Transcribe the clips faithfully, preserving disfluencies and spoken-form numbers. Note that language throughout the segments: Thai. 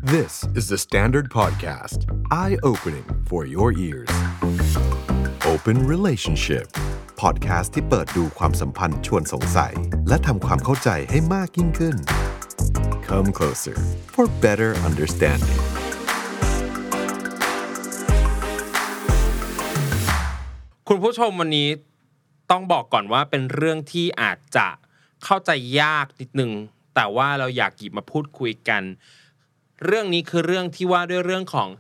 This is the Standard Podcast. Eye-opening for your ears. Open Relationship. Podcast ที่เปิดดูความสัมพันธ์ชวนสงสัยและทำความเข้าใจให้มากยิ่งขึ้น Come closer for better understanding. คุณผู้ชมวันนี้ต้องบอกก่อนว่าเป็นเรื่องที่อาจจะเข้าใจยากนิดนึงแต่ว่าเราอยากหยิบมาพูดคุยกันเรื่องนี้คือเรื่องที่ว่าด้วยเรื่องของ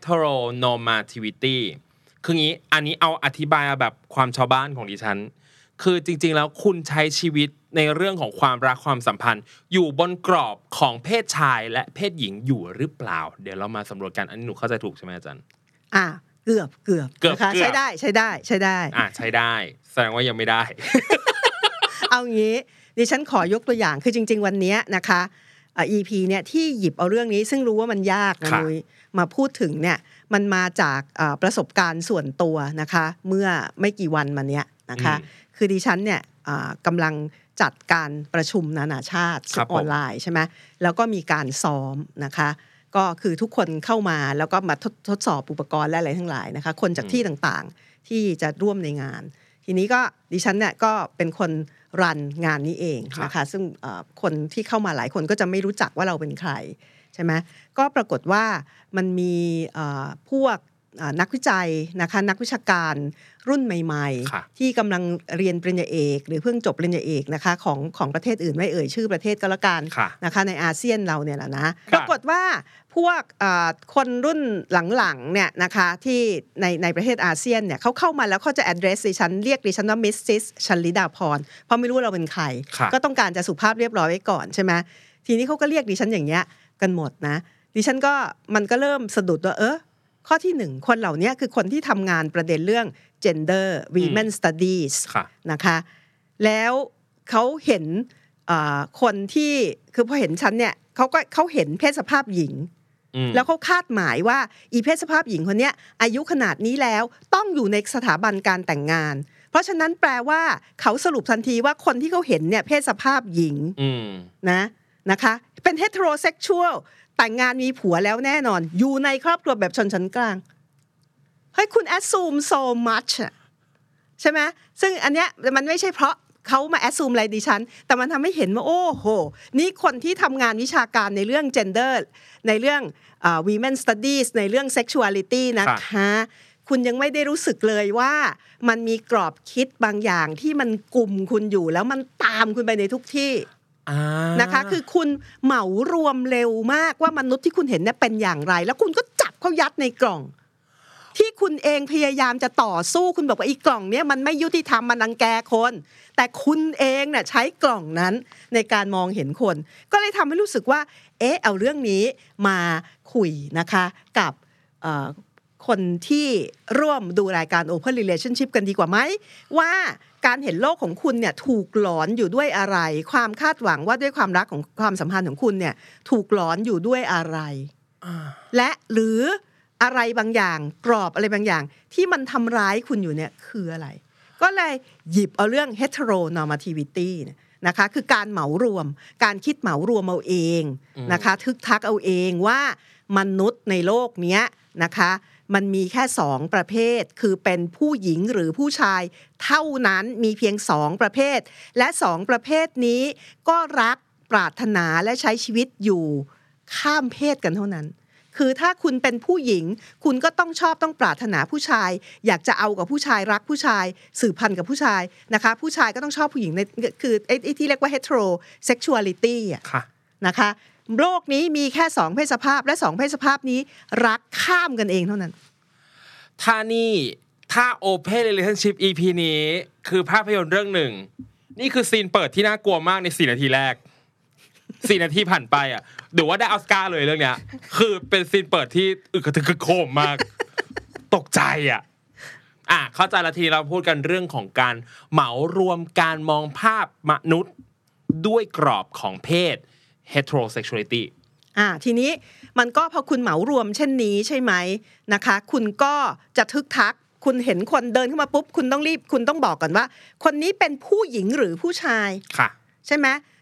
heteronormativity คืองี้อันนี้เอาอธิบายแบบความชาวบ้านของดิฉันคือจริงๆแล้วคุณใช้ชีวิตในเรื่องของความรักความสัมพันธ์อยู่บนกรอบของเพศชายและเพศหญิงอยู่หรือเปล่าเดี๋ยวเรามาสำรวจกันอันนี้หนูเข้าใจถูกใช่ไหมอาจารย์อ่าเกือบเกือบนะคะใช้ได้ใช้ได้ใช้ได้อ่าใช้ได้แสดงว่ายังไม่ได้เอางี้ดิฉันขอยกตัวอย่างคือจริงๆวันนี้นะคะอ่า อี พี เนี่ยที่หยิบเอาเรื่องนี้ซึ่งรู้ว่ามันยากนะนุ้ยมาพูดถึงเนี่ยมันมาจากอ่าประสบการณ์ส่วนตัวนะคะเมื่อไม่กี่วันมาเนี้ยนะคะคือดิฉันเนี่ยอ่ากำลังจัดการประชุมนานาชาติออนไลน์ใช่ไหมแล้วก็มีการซ้อมนะคะก็คือทุกคนเข้ามาแล้วก็มาทด, ทดสอบอุปกรณ์และอะไรทั้งหลายนะคะคนจากที่ต่างๆที่จะร่วมในงานทีนี้ก็ดิฉันเนี่ยก็เป็นคนรันงานนี้เองนะคะซึ่งคนที่เข้ามาหลายคนก็จะไม่รู้จักว่าเราเป็นใครใช่ไหมก็ปรากฏว่ามันมีพวกนักวิจัยนะคะนักวิชาการรุ่นใหม่ๆที่กำลังเรียนปริญญาเอกหรือเพิ่งจบปริญญาเอกนะคะของของประเทศอื่นไม่เอ่ยชื่อประเทศก็แล้วกันนะคะในอาเซียนเราเนี่ยแหละนะปรากฏว่าพวกคนรุ่นหลังๆเนี่ยนะคะที่ในในประเทศอาเซียนเนี่ยเขาเข้ามาแล้วเขาจะ address ดิฉันเรียกดิฉันว่า มิสซิส ชลิดาพรเพราะไม่รู้เราเป็นใครก็ต้องการจะสุภาพเรียบร้อยไว้ก่อนใช่ไหมทีนี้เขาก็เรียกดิฉันอย่างเงี้ยกันหมดนะดิฉันก็มันก็เริ่มสะดุดว่าเออข้อที่หนึ่งคนเหล่านี้คือคนที่ทำงานประเด็นเรื่อง gender women studies นะคะแล้วเขาเห็นคนที่คือพอเห็นฉันเนี่ยเขาก็เขาเห็นเพศสภาพหญิงแล้วเขาคาดหมายว่าอีเพศสภาพหญิงคนนี้อายุขนาดนี้แล้วต้องอยู่ในสถาบันการแต่งงานเพราะฉะนั้นแปลว่าเขาสรุปทันทีว่าคนที่เขาเห็นเนี่ยเพศสภาพหญิงนะนะคะเป็น heterosexualแต่งงานมีผัวแล้วแน่นอนอยู่ในครอบครัวแบบชนชั้นกลางเฮ้ยคุณ assume so much ใช่ไหมซึ่งอันเนี้ยมันไม่ใช่เพราะเขามา assume อะไรดิฉันแต่มันทำให้เห็นว่าโอ้โหนี่คนที่ทำงานวิชาการในเรื่อง gender ในเรื่องอ่า women studies ในเรื่อง sexuality นะคะคุณยังไม่ได้รู้สึกเลยว่ามันมีกรอบคิดบางอย่างที่มันกุมคุณอยู่แล้วมันตามคุณไปในทุกที่นะคะคือคุณเหมารวมเร็วมากว่ามนุษย์ที่คุณเห็นเนี่ยเป็นอย่างไรแล้วคุณก็จับเขายัดในกล่องที่คุณเองพยายามจะต่อสู้คุณบอกว่าอีกล่องเนี้ยมันไม่ยุติธรรมมันรังแกคนแต่คุณเองเนี่ยใช้กล่องนั้นในการมองเห็นคนก็เลยทำให้รู้สึกว่าเอ๊ะเอาเรื่องนี้มาคุยนะคะกับคนที่ร่วมดูรายการ Open Relationship กันดีกว่าไหมว่าการเห็นโลกของคุณเนี่ยถูกหลอนอยู่ด้วยอะไรความคาดหวังว่าด้วยความรักของความสัมพันธ์ของคุณเนี่ยถูกหลอนอยู่ด้วยอะไรและหรืออะไรบางอย่างกรอบอะไรบางอย่างที่มันทำร้ายคุณอยู่เนี่ยคืออะไรก็เลยหยิบเอาเรื่อง heteronormativity นะคะคือการเหมารวมการคิดเหมารวมเอาเองนะคะทึกทักเอาเองว่ามนุษย์ในโลกนี้นะคะมันมีแค่สองประเภทคือเป็นผู้หญิงหรือผู้ชายเท่านั้นมีเพียงสองประเภทและสองประเภทนี้ก็รักปรารถนาและใช้ชีวิตอยู่ข้ามเพศกันเท่านั้นคือถ้าคุณเป็นผู้หญิงคุณก็ต้องชอบต้องปรารถนาผู้ชายอยากจะเอากับผู้ชายรักผู้ชายสืบพันธุ์กับผู้ชายนะคะผู้ชายก็ต้องชอบผู้หญิงในคือไอ้ที่เรียกว่า heterosexuality อ่ะนะคะโลกนี้มีแค่สองเพศสภาพและสองเพศสภาพนี้รักข้ามกันเองเท่านั้นถ้านี่ถ้า Open Relationship อี พี นี้คือภาพยนตร์เรื่องหนึ่งนี่คือซีนเปิดที่น่ากลัวมากในสี่นาทีแรกสี่นาทีผ่านไปอ่ะดูว่าได้ออสการ์เลยเรื่องเนี้ยคือเป็นซีนเปิดที่อึกกระทึกกระโคมมากตกใจอ่ะอ่ะเข้าใจละทีเราพูดกันเรื่องของการเหมารวมการมองภาพมนุษย์ด้วยกรอบของเพศ heterosexuality อ่าทีนี้มันก็พอคุณเหมารวมเช่นนี้ใช่ไหมนะคะคุณก็จะทึกทักคุณเห็นคนเดินเข้ามาปุ๊บคุณต้องรีบคุณต้องบอกก่อนว่าคนนี้เป็นผู้หญิงหรือผู้ชายค่ะใช่ไหม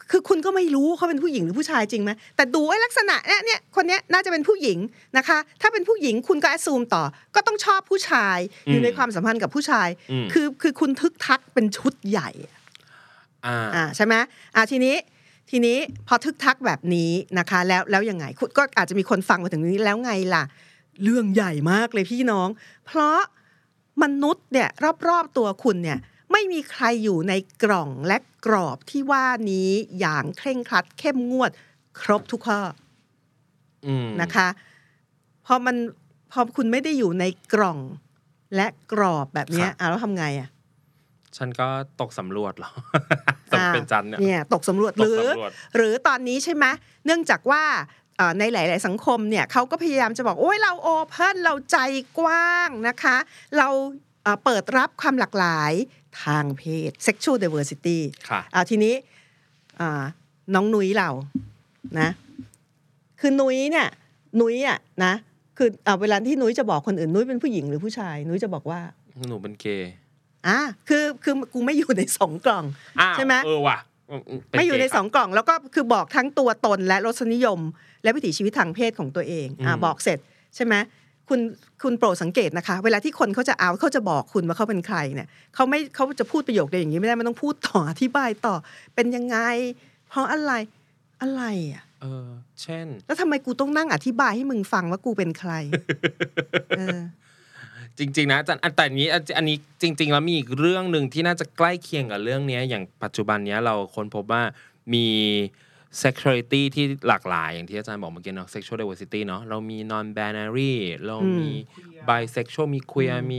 คือคุณก็ไม่รู้เขาเป็นผู้หญิงหรือผู้ชายจริงไหมแต่ดูไอ้ลักษณะเนี่ยเนี่ยคนเนี้ยน่าจะเป็นผู้หญิงนะคะถ้าเป็นผู้หญิงคุณก็แอสซูมต่อก็ต้องชอบผู้ชายอยู่ในความสัมพันธ์กับผู้ชายคือคือคุณทึกทักเป็นชุดใหญ่อ่าอ่าใช่ไหมอ่าทีนี้ทีนี้พอทึกทักแบบนี้นะคะแล้วแล้วยังไงก็อาจจะมีคนฟังมาถึงนี้แล้วไงล่ะเรื่องใหญ่มากเลยพี่น้องเพราะมนุษย์เนี่ยรอบๆตัวคุณเนี่ยไม่มีใครอยู่ในกล่องและกรอบที่ว่านี้อย่างเคร่งครัดเข้มงวดครบทุกข้อนะคะพอมันพอคุณไม่ได้อยู่ในกล่องและกรอบแบบนี้อ่ะแล้วทำไงอ่ะฉันก็ตกสำรวจหรอเป็นจันเนี่ยเนี่ยตกสำรวจหรือหรือตอนนี้ใช่ไหมเนื่องจากว่าในหลายๆสังคมเนี่ยเขาก็พยายามจะบอกโอ้ยเราโอเพ่นเราใจกว้างนะคะเราเปิดรับความหลากหลายทางเพศ sexual diversity ค่ะอ่าทีนี้น้องนุ้ยเรานะคือนุ้ยเนี่ยนุ้ยอ่ะนะคือเวลาที่นุ้ยจะบอกคนอื่นนุ้ยเป็นผู้หญิงหรือผู้ชายนุ้ยจะบอกว่าหนูเป็นเกย์อ่ะคือคือกูไม่อยู่ในสองกล่องใช่ไหมเออว่ะไม่อยู่ในสองกล่องแล้วก็คือบอกทั้งตัวตนและรสนิยมและวิถีชีวิตทางเพศของตัวเองอ่ะบอกเสร็จใช่ไหมคุณคุณโปรดสังเกตนะคะเวลาที่คนเขาจะเอาเขาจะบอกคุณว่าเขาเป็นใครเนี่ยเขาไม่เขาจะพูดประโยคเดียวอย่างนี้ไม่ได้มันต้องพูดต่ออธิบายต่อเป็นยังไงเพราะอะไรอะไรอ่ะเออเช่นแล้วทำไมกูต้องนั่งอธิบายให้มึงฟังว่ากูเป็นใคร เออจริงๆนะแต่อันนี้อันนี้จริงๆแล้วมีอีกเรื่องนึงที่น่าจะใกล้เคียงกับเรื่องนี้อย่างปัจจุบันนี้เราค้นพบว่ามี sexuality ที่หลากหลายอย่างที่อาจารย์บอกเมื่อกี้เนาะ sexual diversity เนาะเรามี non binary เรามี bisexual มี queer มี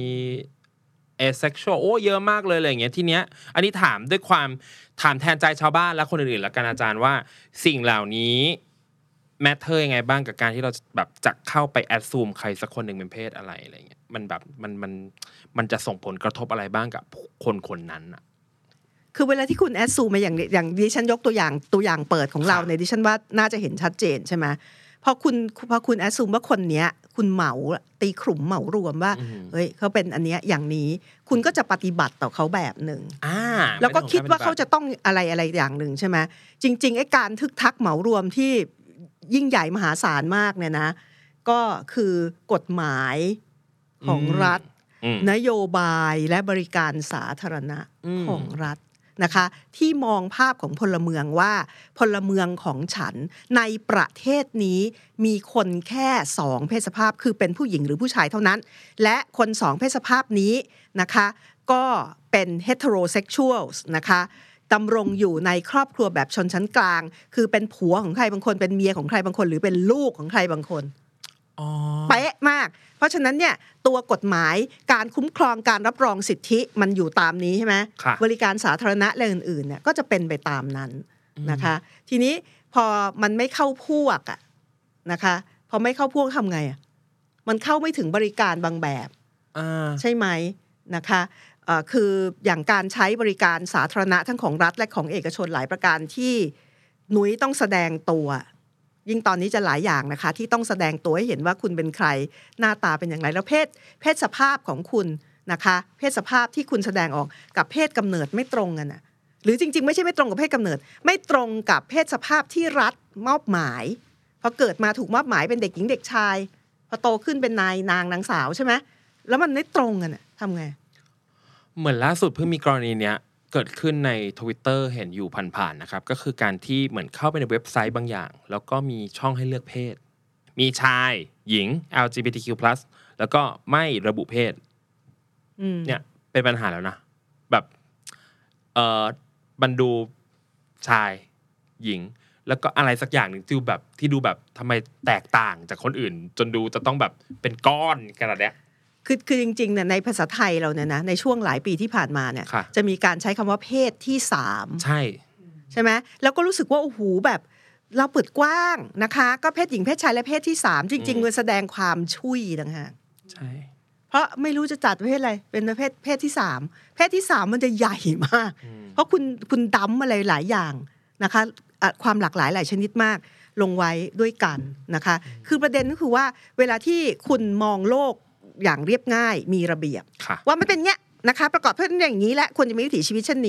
asexual โอ้เยอะมากเลยอะไรอย่างเงี้ยทีเนี้ยอันนี้ถามด้วยความถามแทนใจชาวบ้านและคนอื่นๆแล้วกันอาจารย์ว่าสิ่งเหล่านี้แมทเทอร์ยังไงบ้างกับการที่เราแบบจะเข้าไปแอดซูมใครสักคนหนึ่งเป็นเพศอะไรอะไรเงี้ยมันแบบมันมันมันจะส่งผลกระทบอะไรบ้างกับคนคนนั้นอ่ะคือเวลาที่คุณแอดซูมมาอย่างอย่างดิฉันยกตัวอย่างตัวอย่างเปิดของเราในดิฉันว่าน่าจะเห็นชัดเจนใช่ไหมพอคุณพอคุณแอดซูมว่าคนเนี้ยคุณเหมาตีขลุ่มเหมารวมว่าเฮ้ยเขาเป็นอันเนี้ยอย่างนี้คุณก็จะปฏิบัติต่อเขาแบบหนึ่งแล้วก็คิดว่าเขาจะต้องอะไรอะไรอย่างหนึ่งใช่ไหมจริงๆไอ้การทึกทักเหมารวมที่ยิ่งใหญ่มหาศาลมากเนี่ยนะก็คือกฎหมายของรัฐนโยบายและบริการสาธารณะของรัฐนะคะที่มองภาพของพลเมืองว่าพลเมืองของฉันในประเทศนี้มีคนแค่สองเพศสภาพคือเป็นผู้หญิงหรือผู้ชายเท่านั้นและคนสองเพศสภาพนี้นะคะก็เป็น heterosexuals นะคะดำรงอยู่ในครอบครัวแบบชนชั้นกลางคือเป็นผัวของใครบางคนเป็นเมียของใครบางคนหรือเป็นลูกของใครบางคนเป๊ะมากเพราะฉะนั้นเนี่ยตัวกฎหมายการคุ้มครองการรับรองสิทธิมันอยู่ตามนี้ใช่ไหมบริการสาธารณะและอื่นๆเนี่ยก็จะเป็นไปตามนั้นนะคะทีนี้พอมันไม่เข้าพวกอะนะคะพอไม่เข้าพวกทำไงอะมันเข้าไม่ถึงบริการบางแบบใช่ไหมนะคะคืออย่างการใช้บริการสาธารณะทั้งของรัฐและของเอกชนหลายประการที่นุ้ยต้องแสดงตัวยิ่งตอนนี้จะหลายอย่างนะคะที่ต้องแสดงตัวให้เห็นว่าคุณเป็นใครหน้าตาเป็นอย่างไรแล้วเพศเพศสภาพของคุณนะคะเพศสภาพที่คุณแสดงออกกับเพศกำเนิดไม่ตรงกันนะหรือจริงๆไม่ใช่ไม่ตรงกับเพศกำเนิดไม่ตรงกับเพศสภาพที่รัฐมอบหมายพอเกิดมาถูกมอบหมายเป็นเด็กหญิงเด็กชายพอโตขึ้นเป็นนายนางนางสาวใช่ไหมแล้วมันไม่ตรงกันนะทำไงเหมือนล่าสุดเพิ่งมีกรณีเนี้ยเกิดขึ้นใน Twitter เห็นอยู่ผ่านๆนะครับก็คือการที่เหมือนเข้าไปในเว็บไซต์บางอย่างแล้วก็มีช่องให้เลือกเพศมีชายหญิง แอล จี บี ที คิว พลัส แล้วก็ไม่ระบุเพศเนี่ยเป็นปัญหาแล้วนะแบบเออมันดูชายหญิงแล้วก็อะไรสักอย่างนึงที่แบบที่ดูแบบทำไมแตกต่างจากคนอื่นจนดูจะต้องแบบเป็นก้อนขนาดเนี้ยคือคือจริงๆเนี่ยในภาษาไทยเราเนี่ยนะในช่วงหลายปีที่ผ่านมาเนี่ยจะมีการใช้คำว่าเพศที่สามใช่ใช่ไหมแล้วก็รู้สึกว่าโอ้โหแบบเราเปิดกว้างนะคะก็เพศหญิงเพศชายและเพศที่สามจริงๆมันแสดงความชุยต่างหากใช่เพราะไม่รู้จะจัดประเภทอะไรเป็นประเภทเพศที่สามเพศที่สามมันจะใหญ่มากเพราะคุณคุณดั้มอะไรหลายอย่างนะคะความหลากหลายหลายชนิดมากลงไว้ด้วยกันนะคะคือประเด็นก็คือว่าเวลาที่คุณมองโลกอย่างเรียบง่ายมีระเบียบว่ามันเป็นเงี้ยนะคะประกอบเพื่ออย่างนี้และควรจะมีวิถีชีวิตเช่นนี้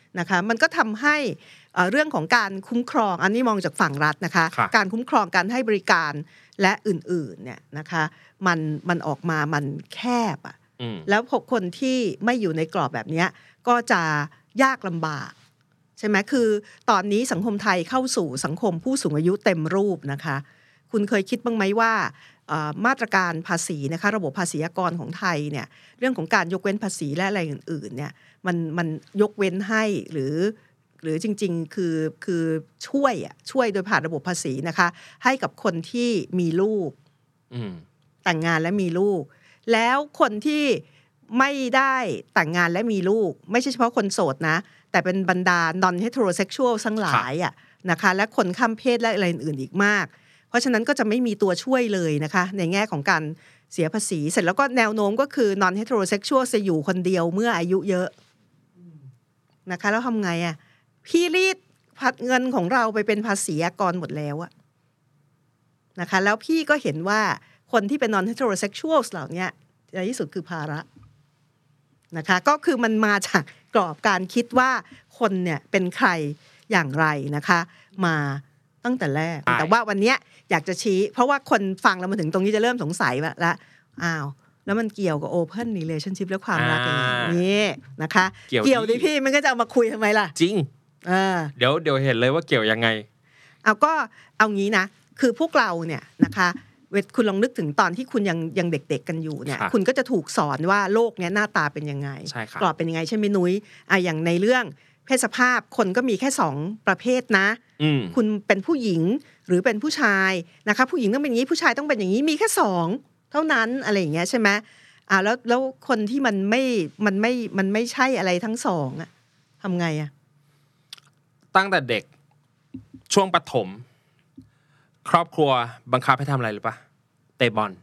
นะคะมันก็ทำให้เรื่องของการคุ้มครองอันนี้มองจากฝั่งรัฐนะคะการคุ้มครองการให้บริการและอื่นๆเนี่ยนะคะมันมันออกมามันแคบอ่ะแล้วพวกคนที่ไม่อยู่ในกรอบแบบนี้ก็จะยากลำบากใช่ไหมคือตอนนี้สังคมไทยเข้าสู่สังคมผู้สูงอายุเต็มรูปนะคะคุณเคยคิดบ้างไหมว่ามาตรการภาษีนะคะระบบภาษีอากรของไทยเนี่ยเรื่องของการยกเว้นภาษีและอะไรอื่นๆเนี่ยมันมันยกเว้นให้หรือหรือจริงๆคือคือช่วยอ่ะช่วยโดยผ่านระบบภาษีนะคะให้กับคนที่มีลูกแต่งงานและมีลูกแล้วคนที่ไม่ได้แต่งงานและมีลูกไม่ใช่เฉพาะคนโสดนะแต่เป็นบรรดา non heterosexual ทั้งหลายอ่ะนะคะและคนข้ามเพศและอะไรอื่นๆอีกมากเพราะฉะนั้นก็จะไม่มีตัวช่วยเลยนะคะในแง่ของการเสียภาษีเสร็จแล้วก็แนวโน้มก็คือ non heterosexual จะอยู่คนเดียวเมื่ออายุเยอะนะคะแล้วทำไงอ่ะพี่รีดเงินของเราไปเป็นภาษีอากรหมดแล้วอะนะคะแล้วพี่ก็เห็นว่าคนที่เป็น non heterosexual เหล่านี้ในที่สุดคือภาระนะคะก็คือมันมาจากกรอบการคิดว่าคนเนี่ยเป็นใครอย่างไรนะคะมาตั้งแต่แรกแต่ว่าวันนี้อยากจะชี้เพราะว่าคนฟังแล้วมาถึงตรงนี้จะเริ่มสงสัยแล้วอ้าวแล้วมันเกี่ยวกับ open relationship และความรักอย่างนี้นะคะเกี่ยวดิพี่มันก็จะเอามาคุยทำไมล่ะจริงเออเดี๋ยวเดี๋ยวเห็นเลยว่าเกี่ยวยังไงเอาก็เอางี้นะคือพวกเราเนี่ยนะคะเวทคุณลองนึกถึงตอนที่คุณยังยังเด็กๆกันอยู่เนี่ยคุณก็จะถูกสอนว่าโลกเนี้ยหน้าตาเป็นยังไงกรอบเป็นยังไงใช่ไหมนุ้ยอ่ะอย่างในเรื่องเพศสภาพคนก็มีแค่สองประเภทนะคุณเป็นผู้หญิงหรือเป็นผู้ชายนะคะผู้หญิงต้องเป็นอย่างนี้ผู้ชายต้องเป็นอย่างนี้มีแค่สองเท่านั้นอะไรอย่างเงี้ยใช่ไหมอ่าแล้วแล้วคนที่มันไม่มันไม่มันไม่ใช่อะไรทั้งสองอะทำไงอะตั้งแต่เด็กช่วงประถมครอบครัวบังคับให้ทำอะไรหรือปะเตะบอล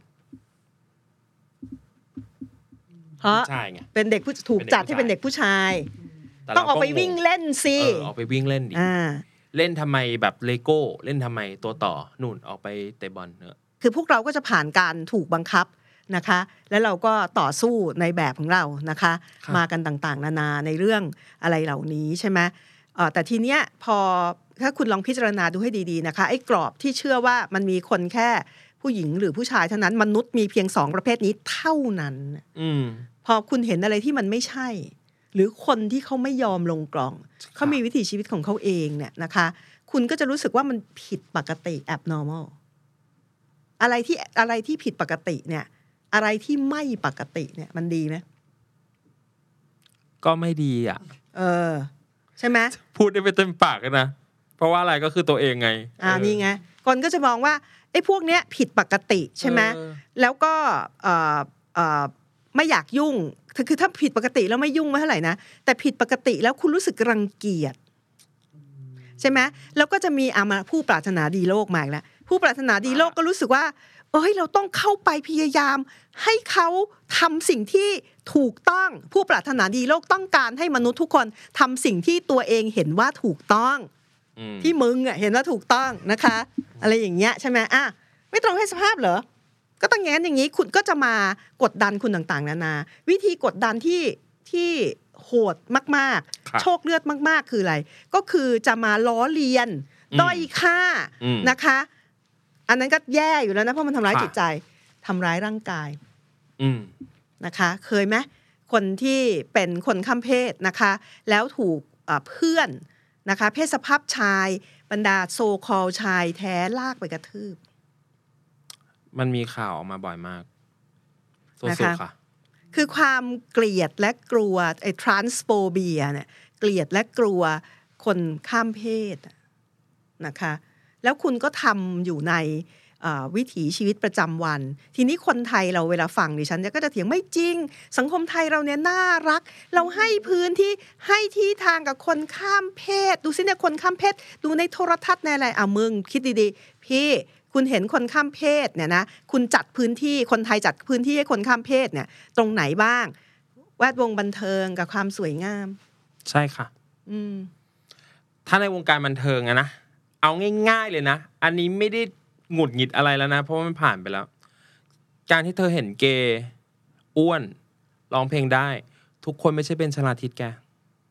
เพราะเป็นเด็กผู้ถูกจัดให้เป็นเด็กผู้ชายต้องออกไปวิ่งเล่นสิเออออกไปวิ่งเล่นดิเล่นทำไมแบบเลโก้เล่นทำไมตัวต่อนู่นออกไปเตะบอลเนอะคือพวกเราก็จะผ่านการถูกบังคับนะคะแล้วเราก็ต่อสู้ในแบบของเรานะคะมากันต่างๆนานาในเรื่องอะไรเหล่านี้ใช่ไหมแต่ทีเนี้ยพอถ้าคุณลองพิจารณาดูให้ดีๆนะคะไอ้กรอบที่เชื่อว่ามันมีคนแค่ผู้หญิงหรือผู้ชายเท่านั้นมนุษย์มีเพียงสองประเภทนี้เท่านั้นพอคุณเห็นอะไรที่มันไม่ใช่หรือคนที่เขาไม่ยอมลงกล่องเขามีวิถีชีวิตของเขาเองเนี่ยนะคะคุณก็จะรู้สึกว่ามันผิดปกติ abnormal อะไรที่อะไรที่ผิดปกติเนี่ยอะไรที่ไม่ปกติเนี่ยมันดีไหมก็ไม่ดีอ่ะเออใช่ไหมพูดได้ไม่เต็มปากเลยนะเพราะว่าอะไรก็คือตัวเองไงอ่านี่ไงคนก็จะมองว่าไอ้พวกเนี้ยผิดปกติใช่ไหมแล้วก็เอ่อเอ่อไม่อยากยุ่งคือถ้าผิดปกติแล้วไม่ยุ่งไม่เท่าไหร่นะแต่ผิดปกติแล้วคุณรู้สึกรังเกียจใช่ไหมแล้วก็จะมีอามาผู้ปรารถนาดีโลกมาอีกแล้วผู้ปรารถนาดีโลกก็รู้สึกว่าเอ้ยเราต้องเข้าไปพยายามให้เขาทำสิ่งที่ถูกต้องผู้ปรารถนาดีโลกต้องการให้มนุษย์ทุกคนทำสิ่งที่ตัวเองเห็นว่าถูกต้องที่มึงอ่ะเห็นว่าถูกต้องนะคะอะไรอย่างเงี้ยใช่ไหมอ่ะไม่ตรงเพศสภาพเหรอก็ต้องอย่างนั้นอย่างนี้คุณก็จะมากดดันคุณต่างๆนานาวิธีกดดันที่ที่โหดมากๆโชคเลือดมากๆคืออะไรก็คือจะมาล้อเลียนด้อยค่านะคะอันนั้นก็แย่อยู่แล้วนะเพราะมันทำร้ายจิตใจทำร้ายร่างกายนะคะเคยไหมคนที่เป็นคนข้ามเพศนะคะแล้วถูกเพื่อนนะคะเพศสภาพชายบรรดาโซคอลชายแท้ลากไปกระทืบมันมีข่าวออกมาบ่อยมากนะคะคือความเกลียดและกลัวไอ้ transphobia เนี่ยเกลียดและกลัวคนข้ามเพศนะคะแล้วคุณก็ทำอยู่ในวิถีชีวิตประจำวันทีนี้คนไทยเราเวลาฟังดิฉันก็จะเถียงไม่จริงสังคมไทยเราเนี่ยน่ารักเราให้พื้นที่ให้ที่ทางกับคนข้ามเพศดูสิเนี่ยคนข้ามเพศดูในโทรทัศน์ในอะไรอ่ะมึงคิดดีๆพี่คุณเห็นคนข้ามเพศเนี่ยนะคุณจัดพื้นที่คนไทยจัดพื้นที่ให้คนข้ามเพศเนี่ยตรงไหนบ้างแวดวงบันเทิงกับความสวยงามใช่ค่ะอืมถ้าในวงการบันเทิงอะนะเอาง่ายๆเลยนะอันนี้ไม่ได้หงุดหงิดอะไรแล้วนะเพราะว่ามันผ่านไปแล้วการที่เธอเห็นเกย์อ้วนร้องเพลงได้ทุกคนไม่ใช่เป็นชลาทิศแก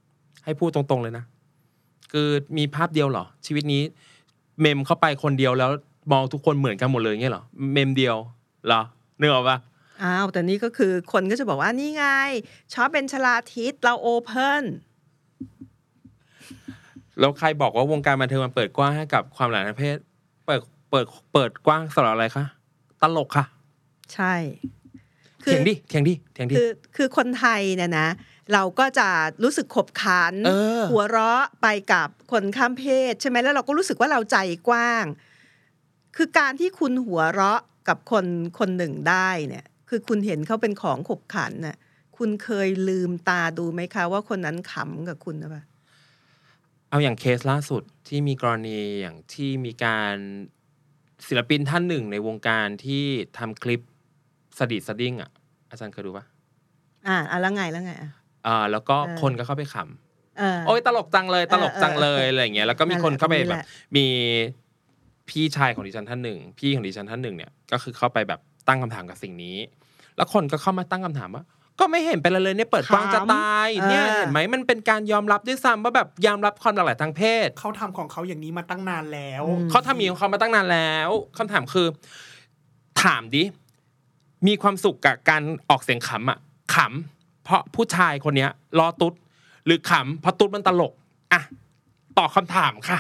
ให้พูดตรงๆเลยนะคือมีภาพเดียวเหรอชีวิตนี้เมมเข้าไปคนเดียวแล้วมองทุกคนเหมือนกันหมดเลยเงี้ยเหรอเมมเดียวเหรอนึกออกปะอ้าวแต่นี่ก็คือคนก็จะบอกว่านี่ไงชอบเป็นชลาทิศเราโอเพ่นแล้วใครบอกว่าวงการบันเทิงมันเปิดกว้างให้กับความหลากหลายทางเพศเปิดเปิดเปิดกว้างสำหรับอะไรคะตลกค่ะใช่เถียงดิเถียงดิเถียงดิคือคือคนไทยเนี่ยนะเราก็จะรู้สึกขบขันหัวเราะไปกับคนข้ามเพศใช่ไหมแล้วเราก็รู้สึกว่าเราใจกว้างคือการที่คุณหัวเราะกับคนคนหนึ่งได้เนี่ยคือคุณเห็นเขาเป็นของขบขันน่ะคุณเคยลืมตาดูไหมคะว่าคนนั้นขำกับคุณหรือเปล่าเอาอย่างเคสล่าสุดที่มีกรณีอย่างที่มีการศิลปินท่านหนึ่งในวงการที่ทำคลิปสดิดสดิ้งอ่ะอาจารย์เคยดูปะอ่าแล้วไงแล้วไงอ่ะอ่าแล้วก็คนก็เข้าไปขำโอ้ยตลกจังเลยตลกจังเลยอะไรอย่างเงี้ยแล้วก็มีคนเข้าไปแบบมีพี่ชายของดิฉันท่านหนึ่งพี่ของดิฉันท่านหนึ่งเนี่ยก็คือเข้าไปแบบตั้งคำถามกับสิ่งนี้แล้วคนก็เข้ามาตั้งคำถามว่าก็ไม่เห็นเป็นอะไรเลยเนี่ยเปิดกว้างจะตายเนี่ยเห็นไหมมันเป็นการยอมรับด้วยซ้ำว่าแบบยอมรับความหลากหลายทางเพศเขาทำของเขาอย่างนี้มาตั้งนานแล้วเขาทำมีของเขามาตั้งนานแล้วคำถามคือถามดิมีความสุขกับการออกเสียงขำอ่ะขำเพราะผู้ชายคนนี้รอตุ๊ดหรือขำเพราะตุ๊ดมันตลกอ่ะตอบคำถามค่ะ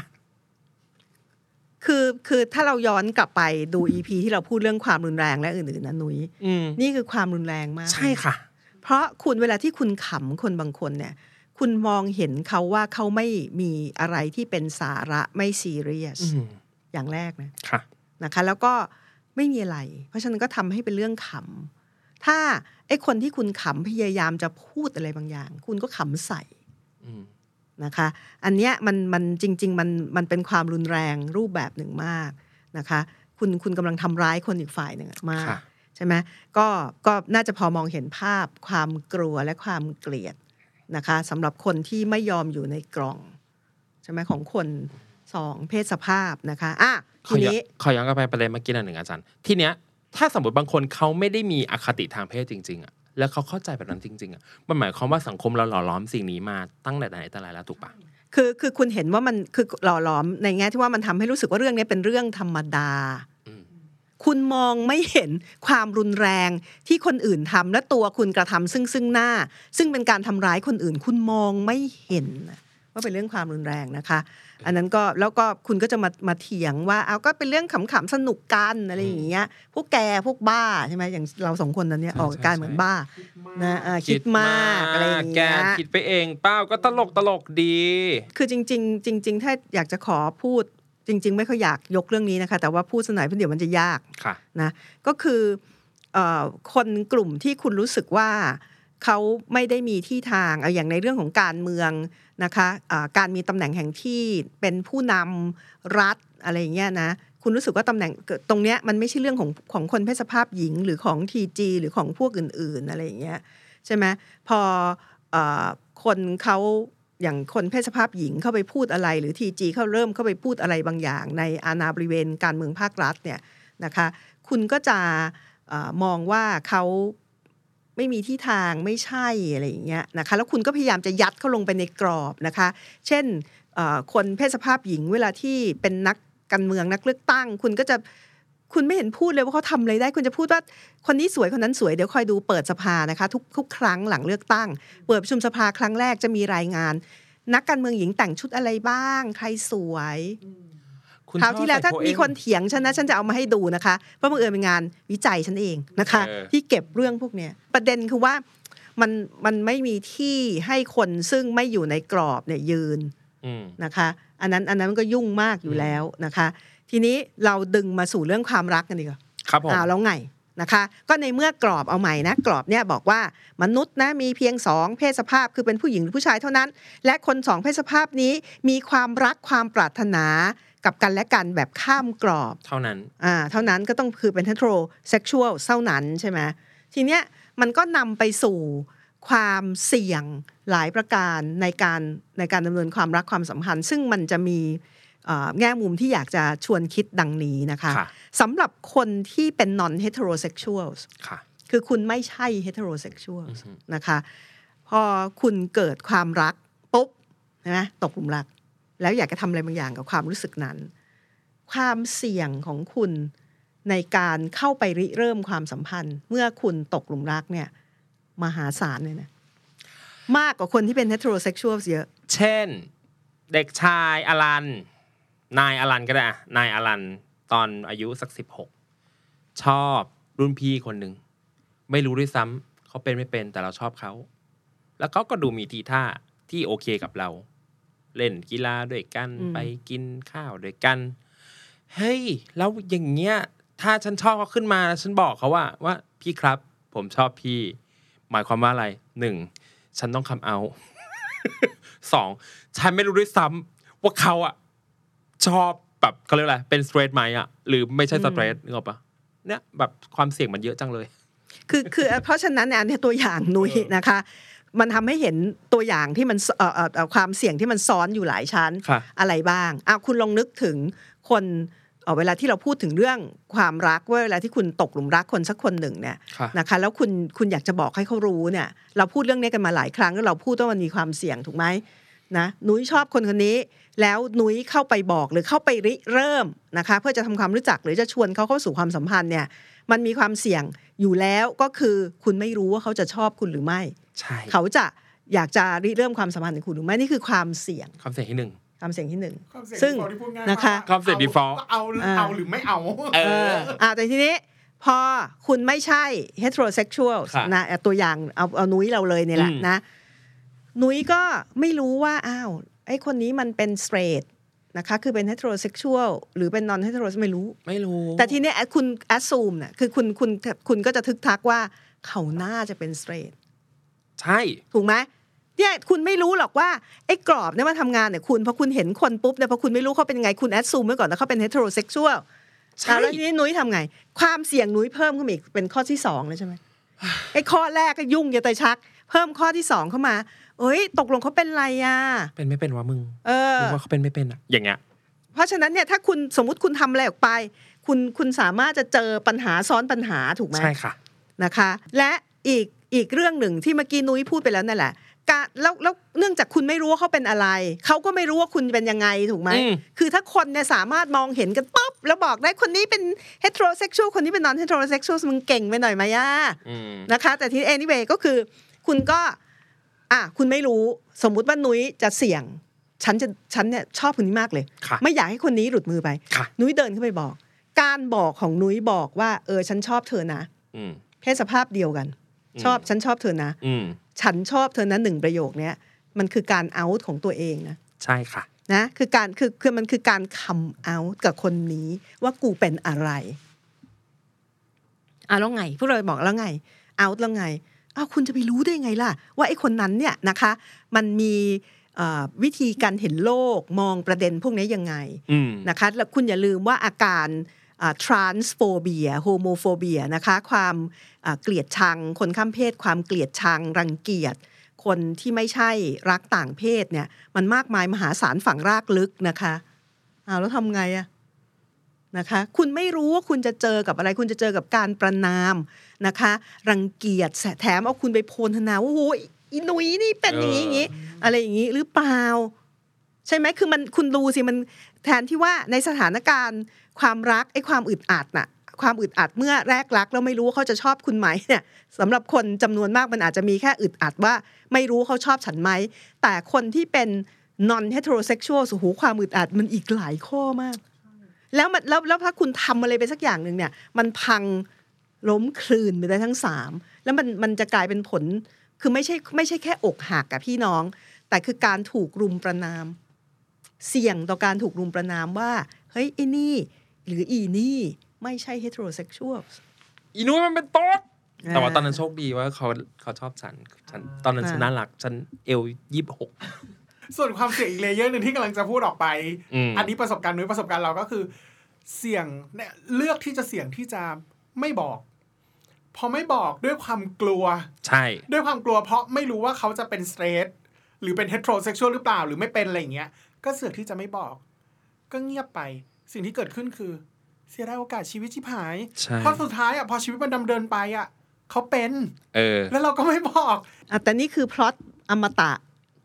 คือคือถ้าเราย้อนกลับไปดู อี พี ที่เราพูดเรื่องความรุนแรงและอื่นๆนะนุ้ยนี่คือความรุนแรงมากใช่ค่ะเพราะคุณเวลาที่คุณขำคนบางคนเนี่ยคุณมองเห็นเขาว่าเขาไม่มีอะไรที่เป็นสาระไม่ซีเรียสอย่างแรกนะค่ะนะคะแล้วก็ไม่มีอะไรเพราะฉะนั้นก็ทำให้เป็นเรื่องขำถ้าไอ้คนที่คุณขำพยายามจะพูดอะไรบางอย่างคุณก็ขำใส่นะคะอันเนี้ยมันมันจริงๆมันมันเป็นความรุนแรงรูปแบบหนึ่งมากนะคะคุณคุณกำลังทำร้ายคนอีกฝ่ายหนึ่งมากใช่ไหมก็ก็น่าจะพอมองเห็นภาพความกลัวและความเกลียดนะคะสำหรับคนที่ไม่ยอมอยู่ในกล่องใช่ไหมของคนสองเพศสภาพนะคะอ่ะทีนี้ขอย้อนกลับไปประเด็นเมื่อกี้หนึ่งอาจารย์ทีเนี้ยถ้าสมมติบางคนเขาไม่ได้มีอคติทางเพศจริงๆอ่ะแล้วเขาเข้าใจแบบนั้นจริงๆอ่ะมันหมายความว่าสังคมเราหล่อล้อมสิ่งนี้มาตั้งแต่ไหนแต่ไรแล้วถูกปะคือคือคุณเห็นว่ามันคือหล่อล้อมในแง่ที่ว่ามันทำให้รู้สึกว่าเรื่องนี้เป็นเรื่องธรรมดาคุณมองไม่เห็นความรุนแรงที่คนอื่นทำและตัวคุณกระทำซึ่งซึ่งหน้าซึ่งเป็นการทำร้ายคนอื่นคุณมองไม่เห็นว่าเป็นเรื่องความรุนแรงนะคะอันนั้นก็แล้วก็คุณก็จะมามาเถียงว่าเอาก็เป็นเรื่องขำๆสนุกกันอะไรอย่างเงี้ยพวกแกพวกบ้าใช่ไหมอย่างเราสองคนนั้นเนี่ยออกอาการเหมือนบ้านะคิดมากอะไรอย่างเงี้ยแกคิดไปเองเปล่าก็ตลกตลกดีคือจริงๆจริงๆถ้าอยากจะขอพูดจริงๆไม่ค่อยอยากยกเรื่องนี้นะคะแต่ว่าพูดสักหน่อยเพราะเดี๋ยวมันจะยากนะก็คือคนกลุ่มที่คุณรู้สึกว่าเขาไม่ได้มีที่ทางเอาอย่างในเรื่องของการเมืองนะคะะการมีตำแหน่งแห่งที่เป็นผู้นำรัฐอะไรอย่างเงี้ยนะคุณรู้สึกว่าตำแหน่งตรงเนี้ยมันไม่ใช่เรื่องของของคนเพศสภาพหญิงหรือของ ที จี หรือของพวกอื่นๆอะไรอย่างเงี้ยใช่ไหมพอคนเขาอย่างคนเพศสภาพหญิงเข้าไปพูดอะไรหรือ ที จี เขาเริ่มเข้าไปพูดอะไรบางอย่างในอาณาบริเวณการเมืองภาครัฐเนี่ยนะคะคุณก็จะมองว่าเขาไม่มีที่ทางไม่ใช่อะไรอย่างเงี้ยนะคะแล้วคุณก็พยายามจะยัดเขาลงไปในกรอบนะคะเช่นคนเพศสภาพหญิงเวลาที่เป็นนักการเมืองนักเลือกตั้งคุณก็จะคุณไม่เห็นพูดเลยว่าเขาทำอะไรได้คุณจะพูดว่าคนนี้สวยคนนั้นสวยเดี๋ยวคอยดูเปิดสภานะคะทุกทุกครั้งหลังเลือกตั้งเปิดประชุมสภาครั้งแรกจะมีรายงานนักการเมืองหญิงแต่งชุดอะไรบ้างใครสวยคราวที่แล้วถ้ามีคนเถียงฉันนะฉันจะเอามาให้ดูนะคะเพราะบังเอิญเป็นงานวิจัยฉันเองนะคะที่เก็บเรื่องพวกเนี้ยประเด็นคือว่ามันมันไม่มีที่ให้คนซึ่งไม่อยู่ในกรอบเนี่ยยืนนะคะอันนั้นอันนั้นมันก็ยุ่งมากอยู่แล้วนะคะทีนี้เราดึงมาสู่เรื่องความรักกันดีกว่าครับผมอ่าแล้วไงนะคะก็ในเมื่อกรอบเอาใหม่นะกรอบเนี่ยบอกว่ามนุษย์นะมีเพียงสองเพศสภาพคือเป็นผู้หญิงหรือผู้ชายเท่านั้นและคนสองเพศสภาพนี้มีความรักความปรารถนากับกันและกันแบบข้ามกรอบเท่านั้นอ่าเท่านั้นก็ต้องคือเป็น heterosexual เท่านั้นใช่ไหมทีเนี้ยมันก็นำไปสู่ความเสี่ยงหลายประการในการในการดำเนินความรักความสัมพันธ์ซึ่งมันจะมีแง่มุมที่อยากจะชวนคิดดังนี้นะคะสำหรับคนที่เป็น non heterosexual คือคุณไม่ใช่ heterosexual นะคะพอคุณเกิดความรักปุ๊บนะตกหลุมรักแล้วอยากจะทำอะไรบางอย่างกับความรู้สึกนั้นความเสี่ยงของคุณในการเข้าไปริเริ่มความสัมพันธ์เมื่อคุณตกหลุมรักเนี่ยมหาศาลเลยนะมากกว่าคนที่เป็น heterosexual เยอะเช่นเด็กชายอลันนายอลันก็ได้อะนายอลันตอนอายุสักสิบหกชอบรุ่นพี่คนหนึ่งไม่รู้ด้วยซ้ำเขาเป็นไม่เป็นแต่เราชอบเขาแล้วเขาก็ดูมีทีท่าที่โอเคกับเราเล่นกีฬาด้วยกันไปกินข้าวด้วยกันเฮ้ยแล้วอย่างเงี้ยถ้าฉันชอบเขาขึ้นมาฉันบอกเขาว่าว่าพี่ครับผมชอบพี่หมายความว่าอะไรหนึ่งฉันต้องคัมเอาท์ สองฉันไม่รู้ด้วยซ้ำว่าเขาอะชอบแบบเขาเรียกอะไรเป็นสเตรทไหมอะหรือไม่ใช่สเตรทนึกออกปะเนี่ยแบบความเสี่ยงมันเยอะจังเลยคือคือเพราะฉะนั้นเนี่ยอันนี้ตัวอย่างนุ้ยนะคะมันทำให้เห็นตัวอย่างที่มันเอ่อเอ่อความเสี่ยงที่มันซ้อนอยู่หลายชั้นอะไรบ้างอ่ะคุณลองนึกถึงคนเอ่อเวลาที่เราพูดถึงเรื่องความรักว่าเวลาที่คุณตกหลุมรักคนสักคนหนึ่งเนี่ยนะคะแล้วคุณคุณอยากจะบอกให้เขารู้เนี่ยเราพูดเรื่องนี้กันมาหลายครั้งแล้วเราพูดว่ามันมีความเสี่ยงถูกไหมนะนุ้ยชอบคนคนนี้แล้วนุ้ยเข้าไปบอกหรือเข้าไปริเริ่มนะคะเพื่อจะทำความรู้จักหรือจะชวนเขาเข้าสู่ความสัมพันธ์เนี่ยมันมีความเสี่ยงอยู่แล้วก็คือคุณไม่รู้ว่าเขาจะชอบคุณหรือไม่เขาจะอยากจะริเริ่มความสัมพันธ์กับคุณหรือไม่นี่คือความเสี่ยงความเสี่ยงที่หนึ่งความเสี่ยงที่หนึ่งซึ่งนะคะความเสี่ยง default เอาเอาหรือไม่เอาเอออ่าแต่ทีนี้พอคุณไม่ใช่ heterosexual นะตัวอย่างเอาเอานุ้ยเราเลยเนี่ยแหละนะนุ้ยก็ไม่รู้ว่าอ้าวไอ้คนนี้มันเป็น straight นะคะคือเป็น heterosexual หรือเป็น non heterosexual ไม่รู้ไม่รู้แต่ทีนี้คุณ assume เนี่ยคือคุณคุณคุณก็จะทึกทักว่าเขาน่าจะเป็น straight ใช่ถูกไหมเนี่ยคุณไม่รู้หรอกว่าไอ้กรอบเนี่ยมาทำงานเนี่ยคุณพอคุณเห็นคนปุ๊บเนี่ยพอคุณไม่รู้เขาเป็นยังไงคุณ assume ไว้ก่อนว่าเขาเป็น heterosexual แล้วทีนี้นุ้ยทำไงความเสี่ยงนุ้ยเพิ่มขึ้นอีกเป็นข้อที่สองเลยใช่ไหมไอ้ข้อแรกก็ยุ่งอย่าใจชักเพิ่มข้อที่สองเข้ามาเอ้ยตกลงเขาเป็นไรอ่ะเป็นไม่เป็นวะมึงเออว่าเขาเป็นไม่เป็นอ่ะอย่างเงี้ยเพราะฉะนั้นเนี่ยถ้าคุณสมมุติคุณทำอะไรออกไปคุณคุณสามารถจะเจอปัญหาซ้อนปัญหาถูกไหมใช่ค่ะนะคะและอีกอีกเรื่องหนึ่งที่เมื่อกี้นุ้ยพูดไปแล้วนั่นแหละการแล้วแล้วเนื่องจากคุณไม่รู้ว่าเขาเป็นอะไรเขาก็ไม่รู้ว่าคุณเป็นยังไงถูกไหมคือถ้าคนเนี่ยสามารถมองเห็นกันปุ๊บแล้วบอกได้คนนี้เป็น heterosexual คนนี้เป็น non heterosexual มึงเก่งไปหน่อยไหมอ่ะนะคะแต่ที่ anyway ก็คือคุณก็อ่ะคุณไม่รู้สมมุติว่านุ้ยจะเสี่ยงฉันจะฉันเนี่ยชอบคนนี้มากเลยไม่อยากให้คนนี้หลุดมือไปนุ้ยเดินเข้าไปบอกการบอกของนุ้ยบอกว่าเออฉันชอบเธอนะเพศสภาพเดียวกันชอบฉันชอบเธอนะฉันชอบเธอนะหนึ่งประโยคเนี้ยมันคือการเอาท์ของตัวเองนะใช่ค่ะนะคือการคือคือมันคือการคัมเอาท์กับคนนี้ว่ากูเป็นอะไรอ่ะแล้วไงพวกเราบอกแล้วไงเอาท์แล้วไงอ้าวคุณจะไปรู้ได้ไงล่ะว่าไอ้คนนั้นเนี่ยนะคะมันมีวิธีการเห็นโลกมองประเด็นพวกนี้ยังไงนะคะแล้วคุณอย่าลืมว่าอาการทรานส์โฟเบียโฮโมโฟเบียนะคะความเกลียดชังคนข้ามเพศความเกลียดชังรังเกียจคนที่ไม่ใช่รักต่างเพศเนี่ยมันมากมายมหาศาลฝังรากลึกนะคะอ้าวแล้วทำไงอะนะคะคุณไม่รู้ว่าคุณจะเจอกับอะไรคุณจะเจอกับการประณามนะคะรังเกียจแถมเอาคุณไปโพลธนาว่าโอ้ยอีหนุ่ยนี่เป็นอย่างนี้อย่างนี้อะไรอย่างนี้หรือเปล่าใช่ไหมคือมันคุณดูสิมันแทนที่ว่าในสถานการณ์ความรักไอ้ความอึดอัดน่ะความอึดอัดเมื่อแรกรักแล้วไม่รู้ว่าเขาจะชอบคุณไหมเนี่ยสำหรับคนจำนวนมากมันอาจจะมีแค่อึดอัดว่าไม่รู้เขาชอบฉันไหมแต่คนที่เป็น non heterosexual โอ้โหความอึดอัดมันอีกหลายข้อมากแล้วมันแล้วแล้วถ้าคุณทำอะไรไปสักอย่างนึงเนี่ยมันพังล้มคลืนไปได้ทั้งสามแล้วมันมันจะกลายเป็นผลคือไม่ใช่ไม่ใช่แค่อกหักกับพี่น้องแต่คือการถูกรุมประณามเสี่ยงต่อการถูกรุมประณามว่าเฮ้ยไอ้นี่หรืออีนี่ไม่ใช่ heterosexual อีนุ้ยมันเป็นโต๊ดแต่ว่าตอนนั้นโชคดีว่าเขาเขาชอบฉันฉันตอนนั้นฉันน่ารักฉันเอลยี่สิบหกส่วนความเสี่ยงอีกเลเยอร์นึงที่กำลังจะพูดออกไปอันนี้ประสบการณ์นุ้ยประสบการณ์เราก็คือเสี่ยงเนี่ยเลือกที่จะเสี่ยงที่จะไม่บอกพอไม่บอกด้วยความกลัวใช่ด้วยความกลัวเพราะไม่รู้ว่าเขาจะเป็นสเตรทหรือเป็น heterosexual หรือเปล่าหรือไม่เป็นอะไรอย่างเงี้ยก็เสือกที่จะไม่บอกก็เงียบไปสิ่งที่เกิดขึ้นคือเสียดายโอกาสชีวิตชิบหายเพราะสุดท้ายอ่ะพอชีวิตมันดำเนินไปอ่ะเขาเป็นเออแล้วเราก็ไม่บอกอ่ะแต่นี่คือพล็อตอมตะ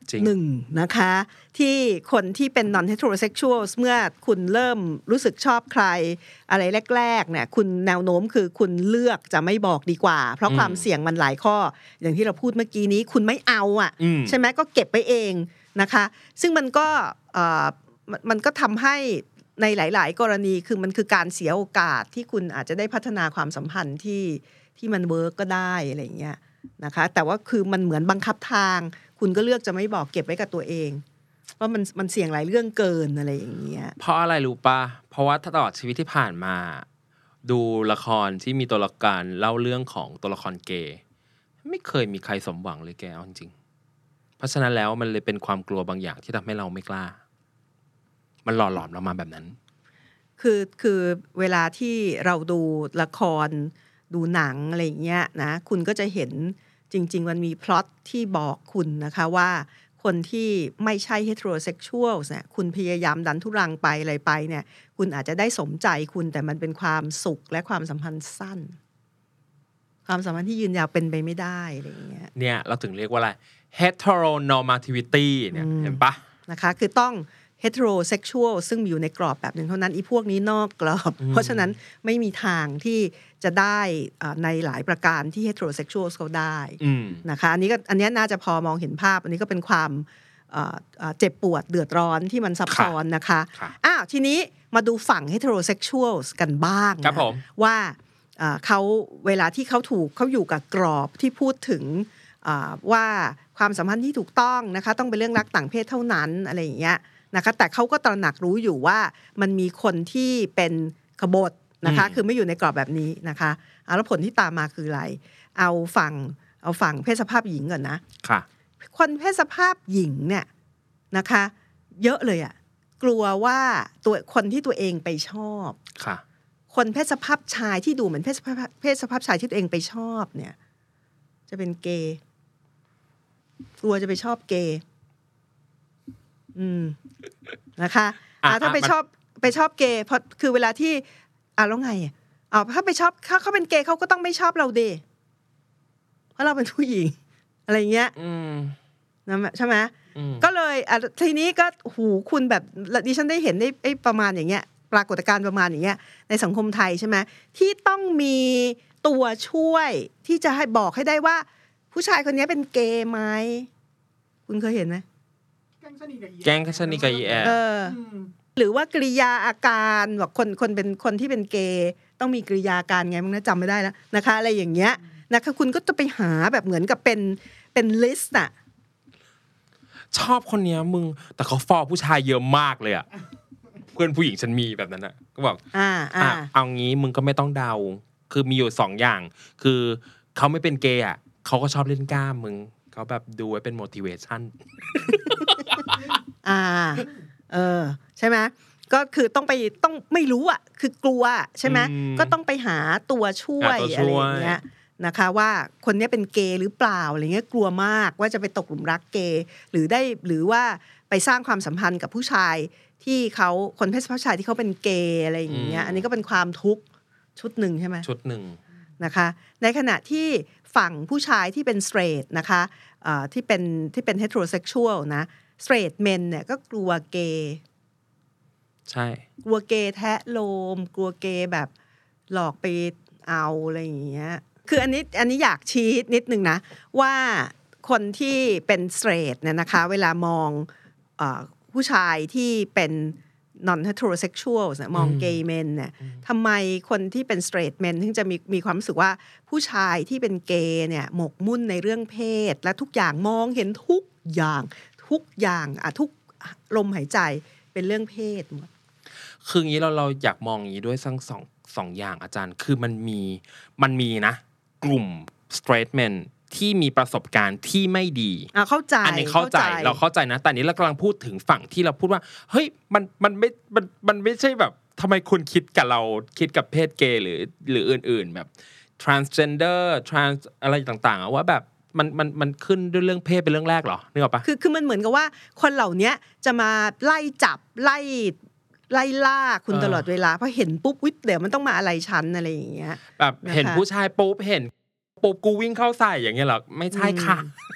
หนึ่งนะคะที่คนที่เป็น non heterosexual เมื่อคุณเริ่มรู้สึกชอบใครอะไรแรกๆเนี่ยคุณแนวโน้มคือคุณเลือกจะไม่บอกดีกว่าเพราะความเสี่ยงมันหลายข้ออย่างที่เราพูดเมื่อกี้นี้คุณไม่เอาอ่ะใช่ไหมก็เก็บไปเองนะคะซึ่งมันก็เอ่อมันก็ทำให้ในหลายๆกรณีคือมันคือการเสียโอกาสที่คุณอาจจะได้พัฒนาความสัมพันธ์ที่ที่มันเวิร์กก็ได้อะไรอย่างเงี้ยนะคะแต่ว่าคือมันเหมือนบังคับทางคุณก็เลือกจะไม่บอกเก็บไว้กับตัวเองเพราะมันมันเสี่ยงหลายเรื่องเกินอะไรอย่างเงี้ยเพราะอะไรรู้ป่ะเพราะว่าตลอดชีวิตที่ผ่านมาดูละครที่มีตัวละครเล่าเรื่องของตัวละครเกย์ไม่เคยมีใครสมหวังเลยแกเอาจริงๆเพราะฉะนั้นแล้วมันเลยเป็นความกลัวบางอย่างที่ทำให้เราไม่กล้ามันหล่อหลอมเรามาแบบนั้นคือคือเวลาที่เราดูละครดูหนังอะไรอย่างเงี้ยนะคุณก็จะเห็นจริงๆมันมีพล็อตที่บอกคุณนะคะว่าคนที่ไม่ใช่ heterosexual เนี่ยคุณพยายามดันทุรังไปอะไรไปเนี่ยคุณอาจจะได้สมใจคุณแต่มันเป็นความสุขและความสัมพันธ์สั้นความสัมพันธ์ที่ยืนยาวเป็นไปไม่ได้อะไรอย่างเงี้ยเนี่ยเราถึงเรียกว่าอะไร heteronormativity เนี่ยเห็นปะนะคะคือต้องheterosexual ซึ่งมีอยู่ในกรอบแบบหนึ่งเท่านั้นอีพวกนี้นอกกรอบเพราะฉะนั้นไม่มีทางที่จะได้ในหลายประการที่ heterosexual เขาได้นะคะอันนี้ก็อันนี้น่าจะพอมองเห็นภาพอันนี้ก็เป็นความเจ็บปวดเดือดร้อนที่มันซับซ้อนนะคะอ้าวทีนี้มาดูฝั่ง heterosexual กันบ้างนะว่าเขาเวลาที่เขาถูกเขาอยู่กับกรอบที่พูดถึงว่าความสัมพันธ์ที่ถูกต้องนะคะต้องเป็นเรื่องรักต่างเพศเท่านั้นอะไรอย่างเงี้ยนะคะแต่เขาก็ตระหนักรู้อยู่ว่ามันมีคนที่เป็นกบฏนะคะคือไม่อยู่ในกรอบแบบนี้นะคะแล้วผลที่ตามมาคืออะไรเอาฝั่งเอาฝั่งเพศสภาพหญิงก่อนนะค่ะคนเพศสภาพหญิงเนี่ยนะคะเยอะเลยอ่ะกลัวว่าตัวคนที่ตัวเองไปชอบค่ะคนเพศสภาพชายที่ดูเหมือนเพศสภาพเพศสภาพชายที่ตัวเองไปชอบเนี่ยจะเป็นเกย์กลัวจะไปชอบเกย์อืมนะคะถ้าไปชอบไปชอบเกย์เพราะคือเวลาที่อ่ะแล้วไงอ่ะอ๋อถ้าไปชอบเขาเขาเป็นเกย์เขาก็ต้องไม่ชอบเราเดเพราะเราเป็นผู้หญิงอะไรเงี้ยนะใช่ไหมก็เลยอ่ะทีนี้ก็หูคุณแบบดิฉันได้เห็นได้ไอ้ประมาณอย่างเงี้ยปรากฏการณ์ประมาณอย่างเงี้ยในสังคมไทยใช่ไหมที่ต้องมีตัวช่วยที่จะให้บอกให้ได้ว่าผู้ชายคนนี้เป็นเกย์ไหมคุณเคยเห็นไหมแกล้งชนีกับอีแอเออหรือว่ากริยาอาการบอกคนคนเป็นคนที่เป็นเกย์ต้องมีกริยาการไงมึงนะจำไม่ได้แล้วนะคะอะไรอย่างเงี้ยนะคะคุณก็จะไปหาแบบเหมือนกับเป็นเป็นลิสต์น่ะชอบคนเนี้ยมึงแต่เขาฟอผู้ชายเยอะมากเลยอ่ะเพื่อนผู้หญิงฉันมีแบบนั้นอ่ะก็บอกอ่าอ่าเอางี้มึงก็ไม่ต้องเดาคือมีอยู่สองอย่างคือเขาไม่เป็นเกย์อ่ะเขาก็ชอบเล่นกล้ามมึงเขาแบบดูไว้เป็น motivation อ่าเออใช่ไหมก็คือต้องไปต้องไม่รู้อ่ะคือกลัวใช่ไหมก็ต้องไปหาตัวช่วยอะไรอย่างเงี้ยนะคะว่าคนนี้เป็นเกย์หรือเปล่าอะไรเงี้ยกลัวมากว่าจะไปตกหลุมรักเกย์หรือได้หรือว่าไปสร้างความสัมพันธ์กับผู้ชายที่เขาคนเพศผู้ชายที่เขาเป็นเกย์อะไรอย่างเงี้ยอันนี้ก็เป็นความทุกข์ชุดหนึ่งใช่ไหมชุดหนึ่งนะคะในขณะที่ฝั่งผู้ชายที่เป็นสเตรทนะคะที่เป็นที่เป็น heterosexual นะสเตรทเมนเนี่ยก็กลัวเกย์ใช่กลัวเกย์แทะโลมกลัวเกย์แบบหลอกไปเอาอะไรอย่างเงี้ยคืออันนี้อันนี้อยากชี้นิดนึงนะว่าคนที่เป็นสเตรทเนี่ยนะคะเวลามองเอ่อผู้ชายที่เป็น non heterosexual มอง gay men เนี่ยทำไมคนที่เป็น straight men ถึงจะมีมีความรู้สึกว่าผู้ชายที่เป็นเกย์เนี่ยหมกมุ่นในเรื่องเพศและทุกอย่างมองเห็นทุกอย่างทุกอย่างอ่ะทุกลมหายใจเป็นเรื่องเพศหมดคืออย่างนี้เราเราอยากมองอย่างนี้ด้วยทั้งสองสองอย่างอาจารย์คือมันมีมันมีนะกลุ่ม straight men ที่มีประสบการณ์ที่ไม่ดีอ่ะเข้าใจอันนี้เข้าใจเราเข้าใจนะแต่นี้เรากำลังพูดถึงฝั่งที่เราพูดว่าเฮ้ยมันมันไม่มันมันไม่ใช่แบบทำไมคุณคิดกับเราคิดกับเพศเกย์หรือหรืออื่นๆแบบ transgender trans อะไรต่างๆว่าแบบมันมันมันขึ้นด้วยเรื่องเพศเป็นเรื่องแรกเหรอนึกออกปะคือคือมันเหมือนกับว่าคนเหล่านี้จะมาไล่จับไล่ไล่ล่าคุณตลอดเวลาเพราะเห็นปุ๊บวิเดี๋ยวมันต้องมาอะไรชั้นอะไรอย่างเงี้ยแบบเห็นผู้ชายปุ๊บเห็นปุ๊บกูวิ่งเข้าใส่อย่างเงี้ยหรอไม่ใช่ค่ะ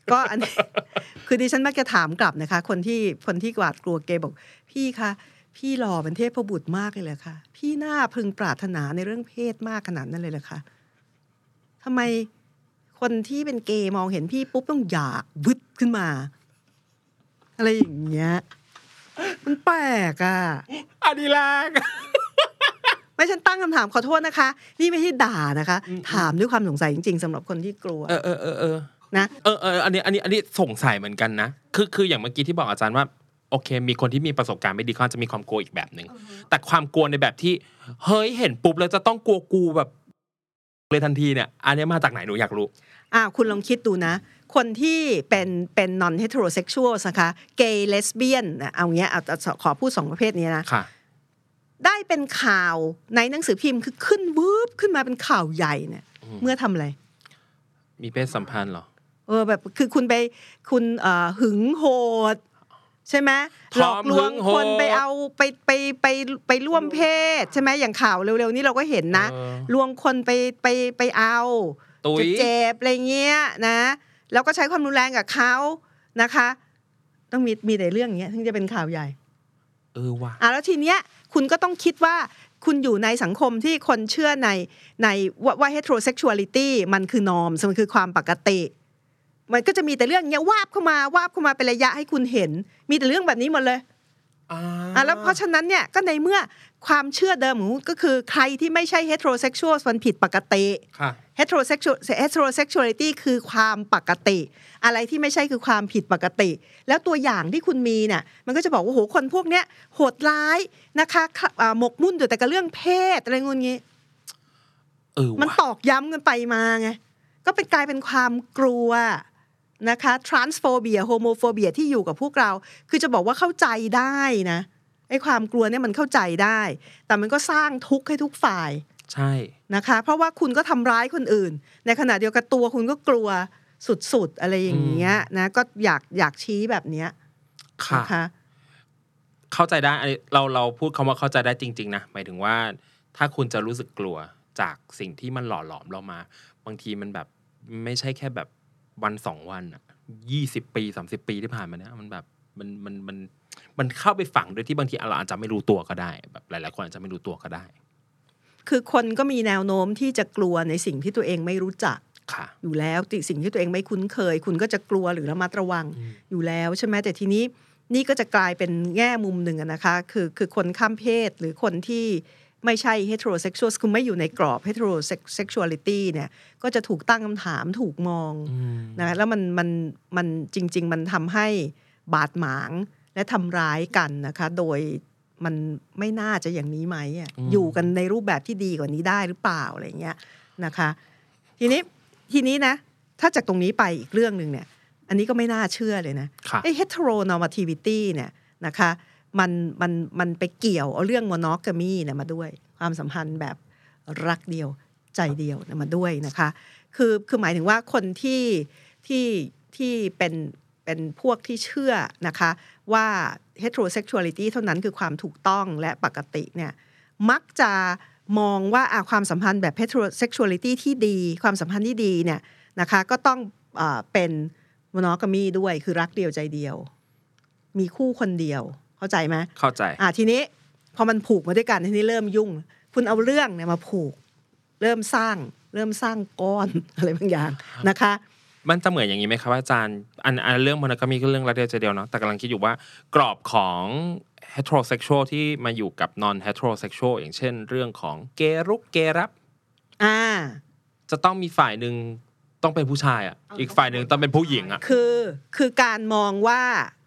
ก็อันนี้คือดิฉันมักจะถามกลับนะคะคนที่คนที่กวาดกลัวเกย์บอกพี่คะพี่หล่อเป็นเทพบุตรมากเลยเหรอคะพี่น่าพึงปรารถนาในเรื่องเพศมากขนาดนั้นเลยเหรอคะทำไมคนที่เป็นเกย์มองเห็นพี่ปุ๊บต้องอยากวึดขึ้นมาอะไรอย่างเงี้ยมันแปลกอ่ะอันนี้แรงไม่ฉันตั้งคำถามขอโทษนะคะนี่ไม่ใช่ด่านะคะถามด้วยความสงสัยจริงๆสำหรับคนที่กลัวเออเออเออเออนะเออเอออันนี้อันนี้อันนี้สงสัยเหมือนกันนะคือคืออย่างเมื่อกี้ที่บอกอาจารย์ว่าโอเคมีคนที่มีประสบการณ์ไม่ดีเขาจะมีความกลัวอีกแบบนึงแต่ความกลัวในแบบที่เฮ้ยเห็นปุ๊บแล้วจะต้องกลัวกูแบบเลยทันทีเนี่ยอันนี้มาจากไหนหนูอยากรู้อ่าคุณลองคิดดูนะคนที่เป็นเป็น non heterosexual นะคะ gay lesbian นะเอาเงี้ยเอาขอพูดสองประเภทนี้นะได้เป็นข่าวในหนังสือพิมพ์คือขึ้นวืบขึ้นมาเป็นข่าวใหญ่เนี่ยเมื่อทำอะไรมีเพศสัมพันธ์เหรอเออแบบคือคุณไปคุณเอ่อหึงโหดใช่ไหมหลอกลวงคนไปเอาไปไปไปไปร่วมเพศใช่ไหมอย่างข่าวเร็วๆนี้เราก็เห็นนะลวงคนไปไปไปเอาจะเจ็บอะไรเงี้ยนะแล้วก็ใช้ความรุนแรงกับเขานะคะต้องมีมีแต่เรื่องอย่างเงี้ยถึงจะเป็นข่าวใหญ่เออว่ะอ่ะแล้วทีเนี้ยคุณก็ต้องคิดว่าคุณอยู่ในสังคมที่คนเชื่อในในว่า heterosexuality มันคือ norm มันคือความปกติมันก็จะมีแต่เรื่องเงี้ยวาบเข้ามาวาบเข้ามาเป็นระยะให้คุณเห็นมีแต่เรื่องแบบนี้หมดเลยอ่าแล้วเพราะฉะนั้นเนี่ยก็ในเมื่อความเชื่อเดิมของก็คือใครที่ไม่ใช่ heterosexual มันผิดปกติ heterosexual heterosexuality คือความปกติอะไรที่ไม่ใช่คือความผิดปกติแล้วตัวอย่างที่คุณมีเนี่ยมันก็จะบอกว่าโหคนพวกเนี้ยโหดร้ายนะคะหมกมุ่นอยู่แต่กับเรื่องเพศอะไรงุ่นงี้เออมันตอกย้ำกันไปมาไงก็เป็นกลายเป็นความกลัวนะคะ transphobia homophobia ที่อยู่กับพวกเราคือจะบอกว่าเข้าใจได้นะไอ้ความกลัวเนี่ยมันเข้าใจได้แต่มันก็สร้างทุกข์ให้ทุกฝ่ายใช่นะคะเพราะว่าคุณก็ทำร้ายคนอื่นในขณะเดียวกันตัวคุณก็กลัวสุดๆอะไรอย่างเงี้ยนะก็อยากอยากชี้แบบเนี้ยค่ะเข้าใจได้เราเราพูดคำว่าเข้าใจได้จริงๆนะหมายถึงว่าถ้าคุณจะรู้สึกกลัวจากสิ่งที่มันหล่อหลอมเรามาบางทีมันแบบไม่ใช่แค่แบบวันสองวันอ่ะยี่สิบปีสามสิบปีที่ผ่านมาเนี่ยมันแบบมันมันมันมันเข้าไปฝังโดยที่บางทีเราอาจจะไม่รู้ตัวก็ได้แบบหลายๆคนอาจจะไม่รู้ตัวก็ได้คือคนก็มีแนวโน้มที่จะกลัวในสิ่งที่ตัวเองไม่รู้จักอยู่แล้วสิ่งที่ตัวเองไม่คุ้นเคยคุณก็จะกลัวหรือระมัดระวังอยู่แล้วใช่ไหมแต่ทีนี้นี่ก็จะกลายเป็นแง่มุมหนึ่งนะคะคือคือคนข้ามเพศหรือคนที่ไม่ใช่ heterosexual คือไม่อยู่ในกรอบ heterosexuality เนี่ยก็จะถูกตั้งคำถามถูกมองนะแล้วมันมันมันจริงๆมันทำให้บาดหมางและทำร้ายกันนะคะโดยมันไม่น่าจะอย่างนี้ไหมอ่ะอยู่กันในรูปแบบที่ดีกว่านี้ได้หรือเปล่าอะไรเงี้ยนะคะทีนี้ทีนี้นะถ้าจากตรงนี้ไปอีกเรื่องนึงเนี่ยอันนี้ก็ไม่น่าเชื่อเลยนะไอ้ heteronormativity เนี่ยนะคะมันมันมันไปเกี่ยวเอาเรื่อง monogamy เนี่ยมาด้วยความสัมพันธ์แบบรักเดียวใจเดียวเนี่ยมาด้วยนะคะคือคือหมายถึงว่าคนที่ที่ที่เป็นเป็นพวกที่เชื่อนะคะว่า heterosexuality เท่านั้นคือความถูกต้องและปกติเนี่ยมักจะมองว่าความสัมพันธ์แบบ heterosexuality ที่ดีความสัมพันธ์ที่ดีเนี่ยนะคะก็ต้องเอ่อเป็น monogamy ด้วยคือรักเดียวใจเดียวมีคู่คนเดียวเข้าใจไหมเข้าใจอ่ะทีนี้พอมันผูกมาด้วยกันทีนี้เริ่มยุ่งคุณเอาเรื่องเนี่ยมาผูกเริ่มสร้างเริ่มสร้างก้อนอะไรบางอย่างนะคะมันจะเหมือนอย่างนี้ไหมครับอาจารย์อันอันเรื่องมันก็มีเรื่องรักเดียวใจเดียวเนาะแต่กำลังคิดอยู่ว่ากรอบของ heterosexual ที่มาอยู่กับ non heterosexual อย่างเช่นเรื่องของเกย์รุกเกย์รับอ่าจะต้องมีฝ่ายนึงต้องเป็นผู้ชายอ่ะอีกฝ่ายนึงต้องเป็นผู้หญิงอ่ะคือคือการมองว่า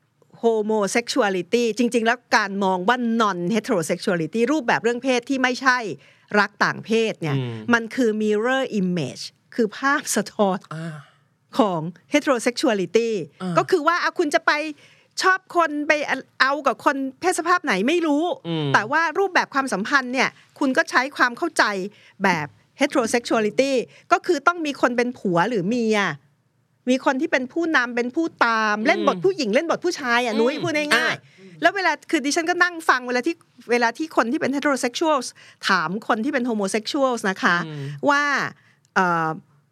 homosexuality จริงๆแล้วการมองว่า non heterosexuality รูปแบบเรื่องเพศที่ไม่ใช่รักต่างเพศเนี่ยมันคือ mirror image คือภาพสะท้อนของ heterosexuality ก็คือว่าคุณจะไปชอบคนไปเอากับคนเพศสภาพไหนไม่รู้แต่ว่ารูปแบบความสัมพันธ์เนี่ยคุณก็ใช้ความเข้าใจแบบ heterosexuality ก็คือต้องมีคนเป็นผัวหรือเมียมีคนที่เป็นผู้นำเป็นผู้ตามเล่นบทผู้หญิงเล่นบทผู้ชายอ่ะนุ้ยพูดง่ายๆแล้วเวลาคือดิฉันก็นั่งฟังเวลาที่เวลาที่คนที่เป็น heterosexuals ถามคนที่เป็น homosexuals นะคะว่า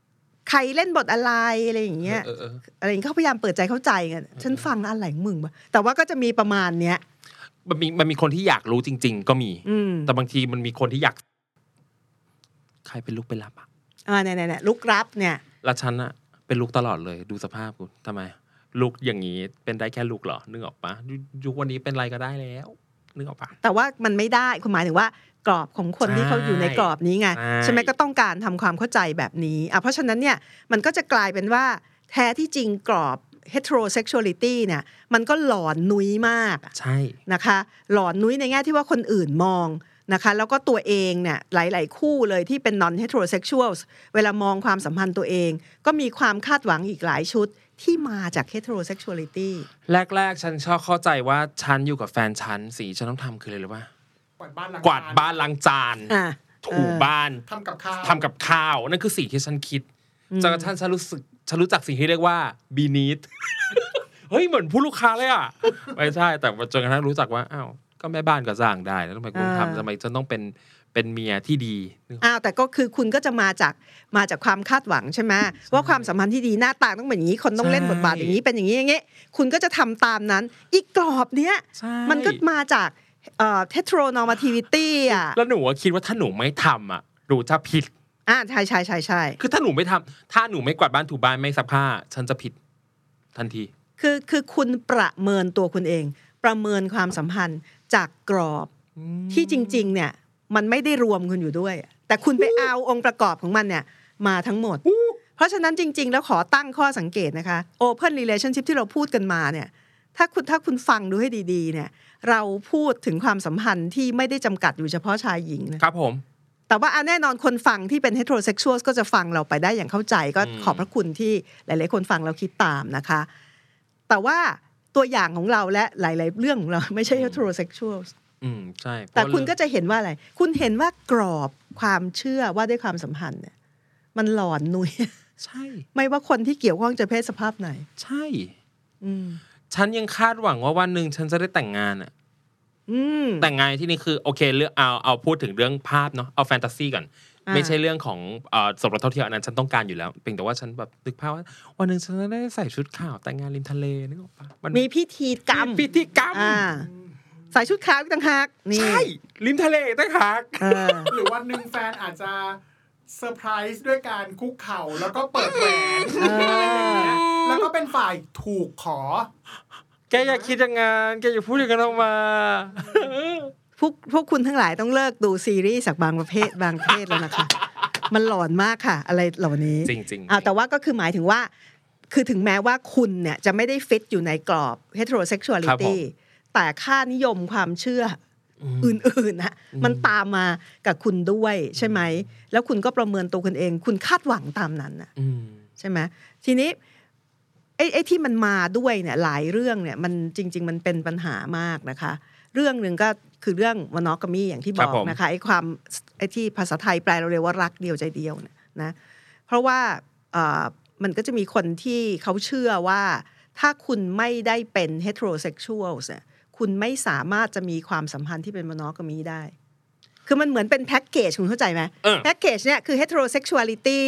ใครเล่นบทอะไรอะไรอย่างเงี้ยอะไรอย่างเงี้ยเขาพยายามเปิดใจเข้าใจกันฉันฟังอะไรมึงแต่ว่าก็จะมีประมาณเนี้ยมันมีมันมีคนที่อยากรู้จริงๆก็มีแต่บางทีมันมีคนที่อยากใครเป็นลูกเป็นรับอ่ะอ่าเนี่ยๆลูกรับเนี่ยแล้วฉันอะเป็นลูกตลอดเลยดูสภาพกูทำไมลูกอย่างนี้เป็นได้แค่ลูกเหรอนึกออกปะยุควันนี้เป็นอะไรก็ได้แล้วนึกออกปะแต่ว่ามันไม่ได้คุณหมายถึงว่ากรอบของคนที่เขาอยู่ในกรอบนี้ไงใช่ไหมก็ต้องการทำความเข้าใจแบบนี้อ่ะเพราะฉะนั้นเนี่ยมันก็จะกลายเป็นว่าแท้ที่จริงกรอบ heterosexuality เนี่ยมันก็หลอนนุ้ยมากใช่นะคะหลอนนุ้ยในแง่ที่ว่าคนอื่นมองนะคะแล้วก็ตัวเองเนี่ยหลายๆคู่เลยที่เป็น non heterosexuals เวลามองความสัมพันธ์ตัวเองก็มีความคาดหวังอีกหลายชุดที่มาจาก heterosexuality แรกๆฉันชอบเข้าใจว่าฉันอยู่กับแฟนฉันสิ่งที่ฉันต้องทำคืออะไรรู้ป่ะกวาดบ้านล้างกวาดบ้านล้างจานถูบ้านทำกับข้าวทำกับข้าวนั่นคือสิ่งที่ฉันคิดจนกระทั่งฉันรู้สึกฉันรู้จักสิ่งที่เรียกว่า beneath เฮ้ยเหมือนผู้ลูกค้าเลยอ่ะไม่ใช่แต่จนกระทั่งรู้จักว่าอ้าวก็แม่บ้านก็สร้างได้แล้วทำไมคุณทำทำไมฉันต้องเป็นเป็นเมียที่ดีอ้าวแต่ก็คือคุณก็จะมาจากมาจากความคาดหวังใช่ไหมว่าความสัมพันธ์ที่ดีหน้าตาต้องเป็นอย่างนี้คนต้องเล่นบทบาทอย่างนี้เป็นอย่างนี้อย่างนี้คุณก็จะทำตามนั้นอีกกรอบเนี้ยมันก็มาจากเอ่อ heteronormativity อ่ะแล้วหนูว่าคิดว่าถ้าหนูไม่ทำอ่ะหนูจะผิดอ่าใช่ใช่ใช่ใช่คือถ้าหนูไม่ทำถ้าหนูไม่กวาดบ้านถูบ้านไม่ซักผ้าฉันจะผิดทันทีคือคือคุณประเมินตัวคุณเองประเมินความสัมพันธ์จากกรอบที่จริงๆเนี่ยมันไม่ได้รวมคุณอยู่ด้วยแต่คุณไปเอาองค์ประกอบของมันเนี่ยมาทั้งหมดเพราะฉะนั้นจริงๆแล้วขอตั้งข้อสังเกตนะคะ Open Relationship ที่เราพูดกันมาเนี่ยถ้าคุณถ้าคุณฟังดูให้ดีๆเนี่ยเราพูดถึงความสัมพันธ์ที่ไม่ได้จำกัดอยู่เฉพาะชายหญิงนะครับผมแต่ว่าแน่นอนคนฟังที่เป็น heterosexual ก็จะฟังเราไปได้อย่างเข้าใจก็ขอบพระคุณที่หลายๆคนฟังเราคิดตามนะคะแต่ว่าตัวอย่างของเราและหลายๆเรื่องของเราไม่ใช่ heterosexual อืมใช่แต่คุณก็จะเห็นว่าอะไรคุณเห็นว่ากรอบความเชื่อว่าด้วยความสัมพันธ์เนี่ยมันหลอนนุ้ยใช่ไม่ว่าคนที่เกี่ยวข้องจะเพศสภาพไหนใช่อืมฉันยังคาดหวังว่าวันนึงฉันจะได้แต่งงานอ่ะอืมแต่งงานที่นี่คือโอเคเรื่องเอาเอาพูดถึงเรื่องภาพเนาะเอาแฟนตาซีก่อนไม่ใช่เรื่องของเอ่อสมรสเท่าเทียมอันนั้นฉันต้องการอยู่แล้วเพียงแต่ว่าฉันแบบนึกภาพว่าวันนึงฉันจะได้ใส่ชุดขาวแต่งงานริมทะเลนึกออกปะมีพิธีกรรมพิธีกรรมใส่ชุดขาวต่างหากนี่ใช่ริมทะเลต่างหากหรือวันนึงแฟนอาจจะเซอร์ไพรส์ด้วยการคุกเข่าแล้วก็เปิดแหวนอะไรอย่างเงี้ยแล้วก็เป็นฝ่ายถูกขอแกอย่าคิดอย่างงั้นแกอย่าพูดอย่างนั้นออกมาพวกพวกคุณทั้งหลายต้องเลิกดูซีรีส์จากบางประเภทบางประเภทแล้วนะคะมันหลอนมากค่ะอะไรเหล่านี้จริงๆอ้าวแต่ว่าก็คือหมายถึงว่าคือถึงแม้ว่าคุณเนี่ยจะไม่ได้ฟิตอยู่ในกรอบ heterosexuality แต่ค่านิยมความเชื่ออื่นๆนะมันตามมากับคุณด้วยใช่ไหมแล้วคุณก็ประเมินตัวคุณเองคุณคาดหวังตามนั้นนะใช่ไหมทีนี้ไอ้ไอ้ที่มันมาด้วยเนี่ยหลายเรื่องเนี่ยมันจริงๆมันเป็นปัญหามากนะคะเรื่องหนึ่งก็คือเรื่องมอนอกามีอย่างที่บอกนะคะไอ้ความไอ้ที่ภาษาไทยแปลเราเรียกว่ารักเดียวใจเดียวนะเพราะว่ามันก็จะมีคนที่เขาเชื่อว่าถ้าคุณไม่ได้เป็น heterosexual เนี่ยคุณไม่สามารถจะมีความสัมพันธ์ที่เป็นมอนอกามีได้คือมันเหมือนเป็นแพ็กเกจคุณเข้าใจไหมแพ็กเกจเนี่ยคือ heterosexuality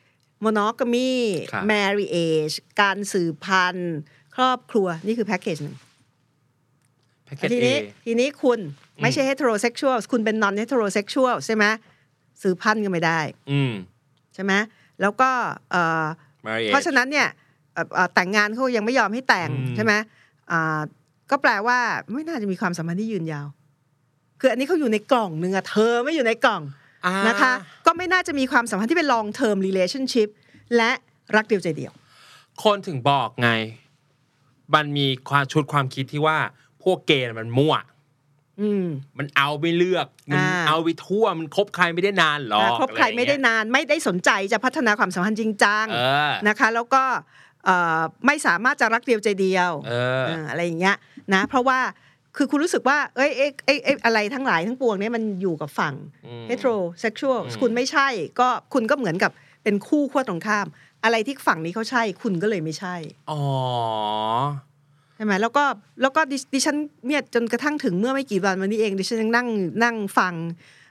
monogamy marriage การสืบพันธุ์ครอบครัวนี่คือแพ็กเกจหนึ่งทีนี้ทีนี้คุณไม่ใช่ heterosexual คุณเป็น non heterosexual ใช่ไหมสืบพันธุ์กันไม่ได้ใช่ไหมแล้วก็เพราะฉะนั้นเนี่ยแต่งงานเขายังไม่ยอมให้แต่งใช่ไหมก็แปลว่าไม่น่าจะมีความสัมพันธ์ที่ยืนยาวคืออันนี้เขาอยู่ในกล่องนึงอะเธอไม่อยู่ในกล่องนะคะก็ไม่น่าจะมีความสัมพันธ์ที่เป็น long term relationship และรักเดียวใจเดียวคนถึงบอกไงมันมีความชุดความคิดที่ว่าพวกเกย์มันมั่วมันเอาไม่เลือกมันเอาไปทั่วมันคบใครไม่ได้นานหรอกคบใครไม่ได้นานไม่ได้สนใจจะพัฒนาความสัมพันธ์จริงจังนะคะแล้วก็ไม่สามารถจะรักเดียวใจเดียวอะไรอย่างเงี้ยนะเพราะว่าคือคุณรู้สึกว่าเอ้ยเอ้ยเอ้ยเอ้ยอะไรทั้งหลายทั้งปวงนี้มันอยู่กับฝั่ง heterosexual คุณไม่ใช่ก็คุณก็เหมือนกับเป็นคู่ขั้วตรงข้ามอะไรที่ฝั่งนี้เขาใช่คุณก็เลยไม่ใช่อ๋อใช่ไหมแล้วก็แล้วก็ดิฉันเนี่ยจนกระทั่งถึงเมื่อไม่กี่วันวันนี้เองดิฉันยังนั่งนั่งฟัง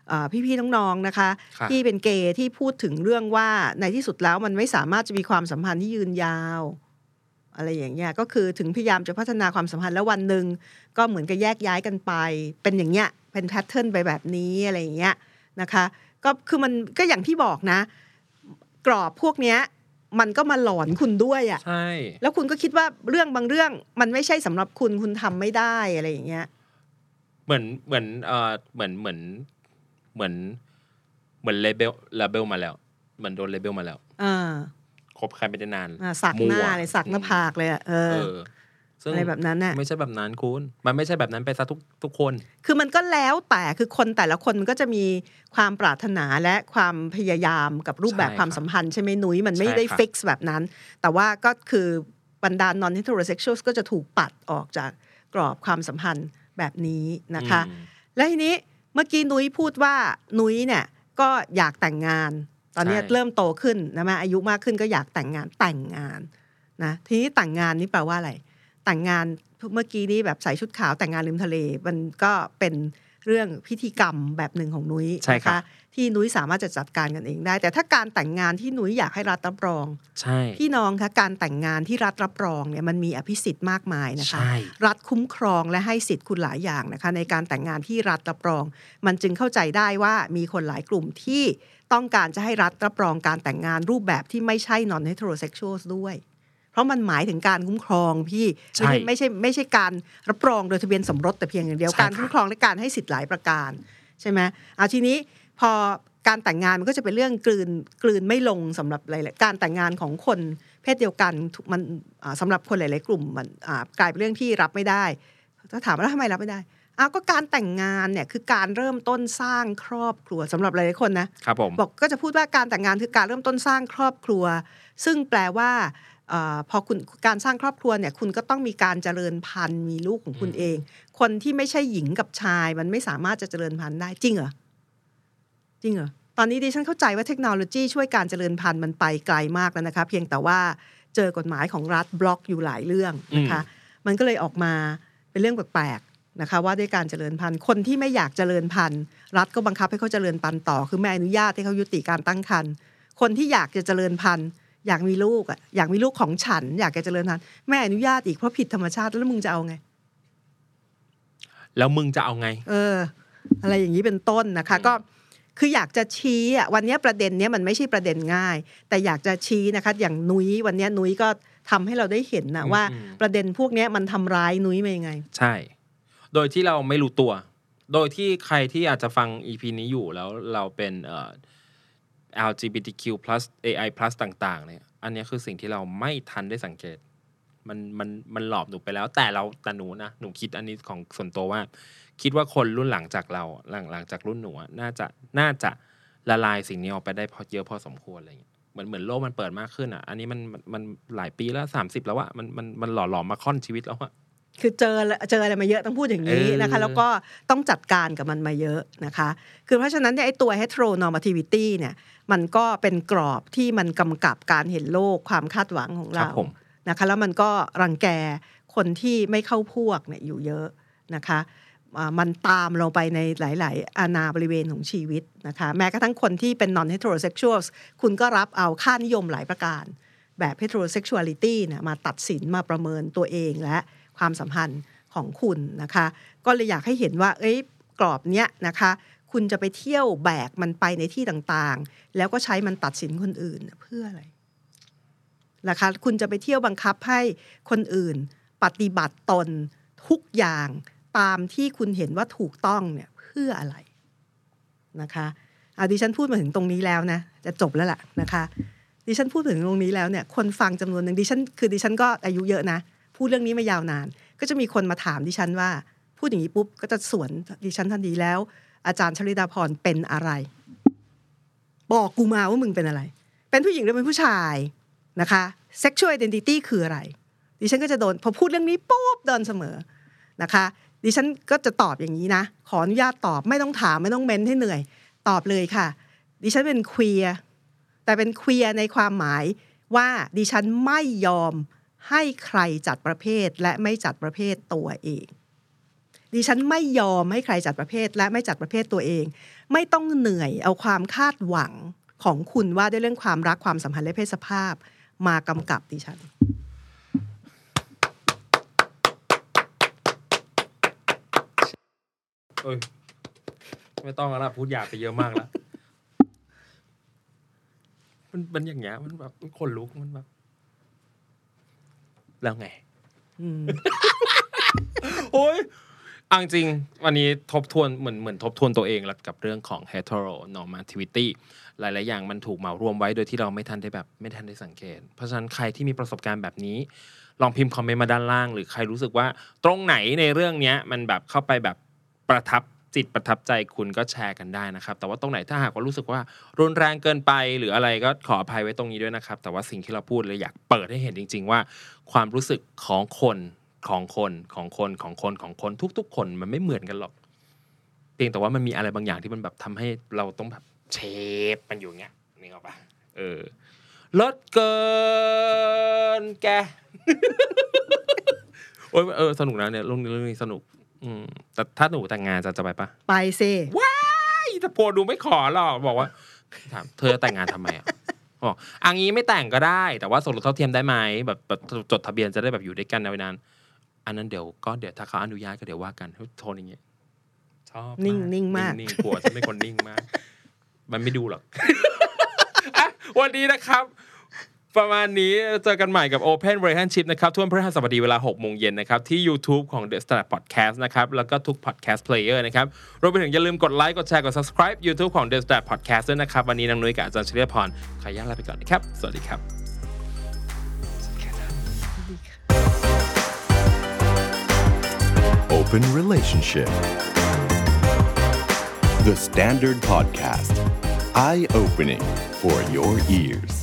พี่ๆน้องๆนะคะที่เป็นเกย์ที่พูดถึงเรื่องว่าในที่สุดแล้วมันไม่สามารถจะมีความสัมพันธ์ที่ยืนยาวอะไรอย่างเงี้ยก็คือถึงพยายามจะพัฒนาความสัมพันธ์แล้ววันหนึ่งก็เหมือนกับแยกย้ายกันไปเป็นอย่างเงี้ยเป็นแพทเทิร์นไปแบบนี้อะไรอย่างเงี้ยนะคะก็คือมันก็อย่างที่บอกนะกรอบพวกเนี้ยมันก็มาหลอนคุณด้วยอ่ะใช่แล้วคุณก็คิดว่าเรื่องบางเรื่องมันไม่ใช่สำหรับคุณคุณทำไม่ได้อะไรอย่างเงี้ยเหมือนเหมือนเอ่อเหมือนเหมือนเหมือนเหมือนเลเบลเลเบลมาแล้วเหมือนโดนเลเบลมาแล้วอ่าคบใครไม่ได้นานสักหน้าเลยสักหน้าผากเลยอ่ะเอออะไรแบบนั้นน่ะไม่ใช่แบบนั้นคุณมันไม่ใช่แบบนั้นไปซะทุกทุกคนคือมันก็แล้วแต่คือคนแต่ละคนก็จะมีความปรารถนาและความพยายามกับรูปแบบความสัมพันธ์ใช่ไหมนุ้ยมันไม่ได้ฟิกซ์แบบนั้นแต่ว่าก็คือบรรดา non heterosexuals ก็จะถูกปัดออกจากกรอบความสัมพันธ์แบบนี้นะคะและทีนี้เมื่อกี้นุ้ยพูดว่านุ้ยเนี่ยก็อยากแต่งงานตอนนี้เริ่มโตขึ้นนะมาอายุมากขึ้นก็อยากแต่งงานแต่งงานนะทีนี้แต่งงานนี่แปลว่าอะไรแต่งงานเมื่อกี้นี้แบบใส่ชุดขาวแต่งงานริมทะเลมันก็เป็นเรื่องพิธีกรรมแบบหนึ่งของนุ้ยนะคะที่นุ้ยสามารถจะจัดการกันเองได้แต่ถ้าการแต่งงานที่นุ้ยอยากให้รัฐรับรองใช่พี่น้องคะการแต่งงานที่รัฐรับรองเนี่ยมันมีอภิสิทธิ์มากมายนะคะรัฐคุ้มครองและให้สิทธิ์คุณหลายอย่างนะคะในการแต่งงานที่รัฐรับรองมันจึงเข้าใจได้ว่ามีคนหลายกลุ่มที่ต้องการจะให้รัฐรับรองการแต่งงานรูปแบบที่ไม่ใช่ non heterosexuals ด้วยเพราะมันหมายถึงการคุ้มครองพี่ไม่ใช่ไม่ใช่ไม่ใช่การรับรองโดยทะเบียนสมรสแต่เพียงอย่างเดียวการคุ้มครองและการให้สิทธิ์หลายประการใช่ไหมเอาทีนี้พอการแต่งงานมันก็จะเป็นเรื่องกลืนกลืนไม่ลงสำหรับหลายๆการแต่งงานของคนเพศเดียวกันมันสำหรับคนหลายๆกลุ่มมันกลายเป็นเรื่องที่รับไม่ได้ถ้าถามว่าทำไมรับไม่ได้อ้าวก็การแต่งงานเนี่ยคือการเริ่มต้นสร้างครอบครัวสำหรับหลายๆคนนะครับผมบอกก็จะพูดว่าการแต่งงานคือการเริ่มต้นสร้างครอบครัวซึ่งแปลว่าอพอคุณการสร้างครอบครัวเนี่ยคุณก็ต้องมีการเจริญพันธุ์มีลูกของคุณเองคนที่ไม่ใช่หญิงกับชายมันไม่สามารถจะเจริญพันธุ์ได้จริงเหรอจริงเหรอตอนนี้ดิฉันเข้าใจว่าเทคโนโลยีช่วยการเจริญพันธุ์มันไปไกลมากแล้วนะคะเพียงแต่ว่าเจอกฎหมายของรัฐบล็อกอยู่หลายเรื่องนะคะมันก็เลยออกมาเป็นเรื่องแปลกๆนะคะว่าด้วยการเจริญพันธุ์คนที่ไม่อยากเจริญพันธุ์รัฐก็บังคับให้เขาเจริญพันธุ์ต่อคือไม่อนุญาตให้เขายุติการตั้งครรภ์คนที่อยากจะเจริญพันธุ์อยากมีลูกอ่ะอยากมีลูกของฉันอยากจะเจริญพันธุ์ไม่อนุญาตอีกเพราะผิดธรรมชาติแล้วมึงจะเอาไงแล้วมึงจะเอาไงเอออะไรอย่างนี้เป็นต้นนะคะก็คืออยากจะชี้อ่ะวันนี้ประเด็นเนี้ยมันไม่ใช่ประเด็นง่ายแต่อยากจะชี้นะคะอย่างนุ้ยวันนี้นุ้ยก็ทำให้เราได้เห็นนะว่าประเด็นพวกนี้มันทำร้ายนุ้ยมายังไงใช่โดยที่เราไม่รู้ตัวโดยที่ใครที่อาจจะฟัง อี พี นี้อยู่แล้วเราเป็นเอ่อ แอล จี บี ที คิว plus เอ ไอ plus ต่างๆเนี่ยอันนี้คือสิ่งที่เราไม่ทันได้สังเกตมันมันมันหลอบหนูไปแล้วแต่เราแต่หนูนะหนูคิดอันนี้ของส่วนตัวว่าคิดว่าคนรุ่นหลังจากเราหลังหลังจากรุ่นหนูน่าจะน่าจะละลายสิ่งนี้ออกไปได้พอเยอะพอสมควรอะไรอย่างเงี้ยเหมือนเหมือนโลกมันเปิดมากขึ้นอ่ะอันนี้มันมันหลายปีแล้วสามสิบแล้วอะมันมันมันหล่อหลอมมาค่อนชีวิตแล้วอะคือเจอเจออะไรมาเยอะต้องพูดอย่างนี้นะคะแล้วก็ต้องจัดการกับมันมาเยอะนะคะคือเพราะฉะนั้นเนี่ยไอ้ตัว heteronormativity เนี่ยมันก็เป็นกรอบที่มันกำกับการเห็นโลกความคาดหวังของเรานะคะแล้วมันก็รังแกคนที่ไม่เข้าพวกเนี่ยอยู่เยอะนะคะมันตามเราไปในหลายๆอาณาบริเวณของชีวิตนะคะแม้กระทั่งคนที่เป็น non heterosexuals คุณก็รับเอาค่านิยมหลายประการแบบ heterosexuality เนี่ยมาตัดสินมาประเมินตัวเองและความสัมพันธ์ของคุณนะคะก็เลยอยากให้เห็นว่าเอ้ยกรอบเนี้ยนะคะคุณจะไปเที่ยวแบกมันไปในที่ต่างๆแล้วก็ใช้มันตัดสินคนอื่นเพื่ออะไรนะคะคุณจะไปเที่ยวบังคับให้คนอื่นปฏิบัติตนทุกอย่างตามที่คุณเห็นว่าถูกต้องเนี่ยเพื่ออะไรนะคะอ่ะดิฉันพูดมาถึงตรงนี้แล้วนะจะจบแล้วล่ะนะคะดิฉันพูดถึงตรงนี้แล้วเนี่ยคนฟังจำนวนหนึ่งดิฉันคือดิฉันก็อายุเยอะนะพูดเรื่องนี้มายาวนานก็จะมีคนมาถามดิฉันว่าพูดอย่างนี้ปุ๊บก็จะสวนดิฉันทันทีแล้วอาจารย์ชลิดาพรเป็นอะไรบอกกูมาว่ามึงเป็นอะไรเป็นผู้หญิงหรือเป็นผู้ชายนะคะ sexual identity คืออะไรดิฉันก็จะโดนพอพูดเรื่องนี้ปุ๊บโดนเสมอนะคะดิฉันก็จะตอบอย่างนี้นะขออนุญาตตอบไม่ต้องถามไม่ต้องเม้นให้เหนื่อยตอบเลยค่ะดิฉันเป็น queer แต่เป็น queer ในความหมายว่าดิฉันไม่ยอมให้ใครจัดประเภทและไม่จัดประเภทตัวเองดิฉันไม่ยอมให้ใครจัดประเภทและไม่จัดประเภทตัวเองไม่ต้องเหนื่อยเอาความคาดหวังของคุณว่าด้วยเรื่องความรักความสัมพันธ์และเพศสภาพมากำกับดิฉันเอ้ยไม่ต้องแล้วล่ะพูดหยาบไปเยอะมากแล้วมันมันอย่างเงี้ยมันแบบขนลุกมันแบบแล้วไงโอ้ยอังจริงวันนี้ทบทวนเหมือนเหมือนทบทวนตัวเองแล้วกับเรื่องของ heteronormativity หลายๆอย่างมันถูกเหมารวมไว้โดยที่เราไม่ทันได้แบบไม่ทันได้สังเกตเพราะฉะนั้นใครที่มีประสบการณ์แบบนี้ลองพิมพ์คอมเมนต์มาด้านล่างหรือใครรู้สึกว่าตรงไหนในเรื่องนี้มันแบบเข้าไปแบบประทับจิตประทับใจคุณก็แชร์กันได้นะครับแต่ว่าตรงไหนถ้าหากว่ารู้สึกว่ารุนแรงเกินไปหรืออะไรก็ขออภัยไว้ตรงนี้ด้วยนะครับแต่ว่าสิ่งที่เราพูดเลยอยากเปิดให้เห็นจริงๆว่าความรู้สึกของคนของคนของคนของคนของคนทุกๆคนมันไม่เหมือนกันหรอกเพียงแต่ว่ามันมีอะไรบางอย่างที่มันแบบทำให้เราต้องแบบเชฟมันอยู่เงี้ยนี่เอาปะเออลดเกินแก โอ้ยเออสนุกนะเนี่ยเรื่องนี้เรื่องนี้สนุกอืมแต่ถ้าหนูแต่งงานจะจะไปปะไปสิว้ายแต่โพดูไม่ขอหรอกบอกว่าถามเธอแต่งงานทำไมอ่ะบอกอันนี้ไม่แต่งก็ได้แต่ว่าสมรสเท่าเทียมได้ไหมแบบแบบจดทะเบียนจะได้แบบอยู่ด้วยกันในวันนั้นอันนั้นเดี๋ยวก็เดี๋ยวถ้าเขาอนุญาตก็เดี๋ยวว่ากันโทนอย่างเงี้ยชอบนิ่งนิ่งมากนิ่งๆผัวจะเป็นคนนิ่งมากมันไม่ดูหรอกอ่ะวันนี้นะครับประมาณนี้เจอกันใหม่กับ Open Relationship นะครับทุกวันพฤหัสบดีเวลา หกโมงเย็นนะครับที่ YouTube ของ The Standard Podcast นะครับแล้วก็ทุก Podcast Player นะครับรวมไปถึงอย่าลืมกดไลค์กดแชร์กด Subscribe YouTube ของ The Standard Podcast ด้วยนะครับวันนี้นางนุ้ยกับอาจารย์ชลิดาพรขออนุญาตลาไปก่อนนะครับสวัสดีครับ Open Relationship The Standard Podcast Eye Opening for your ears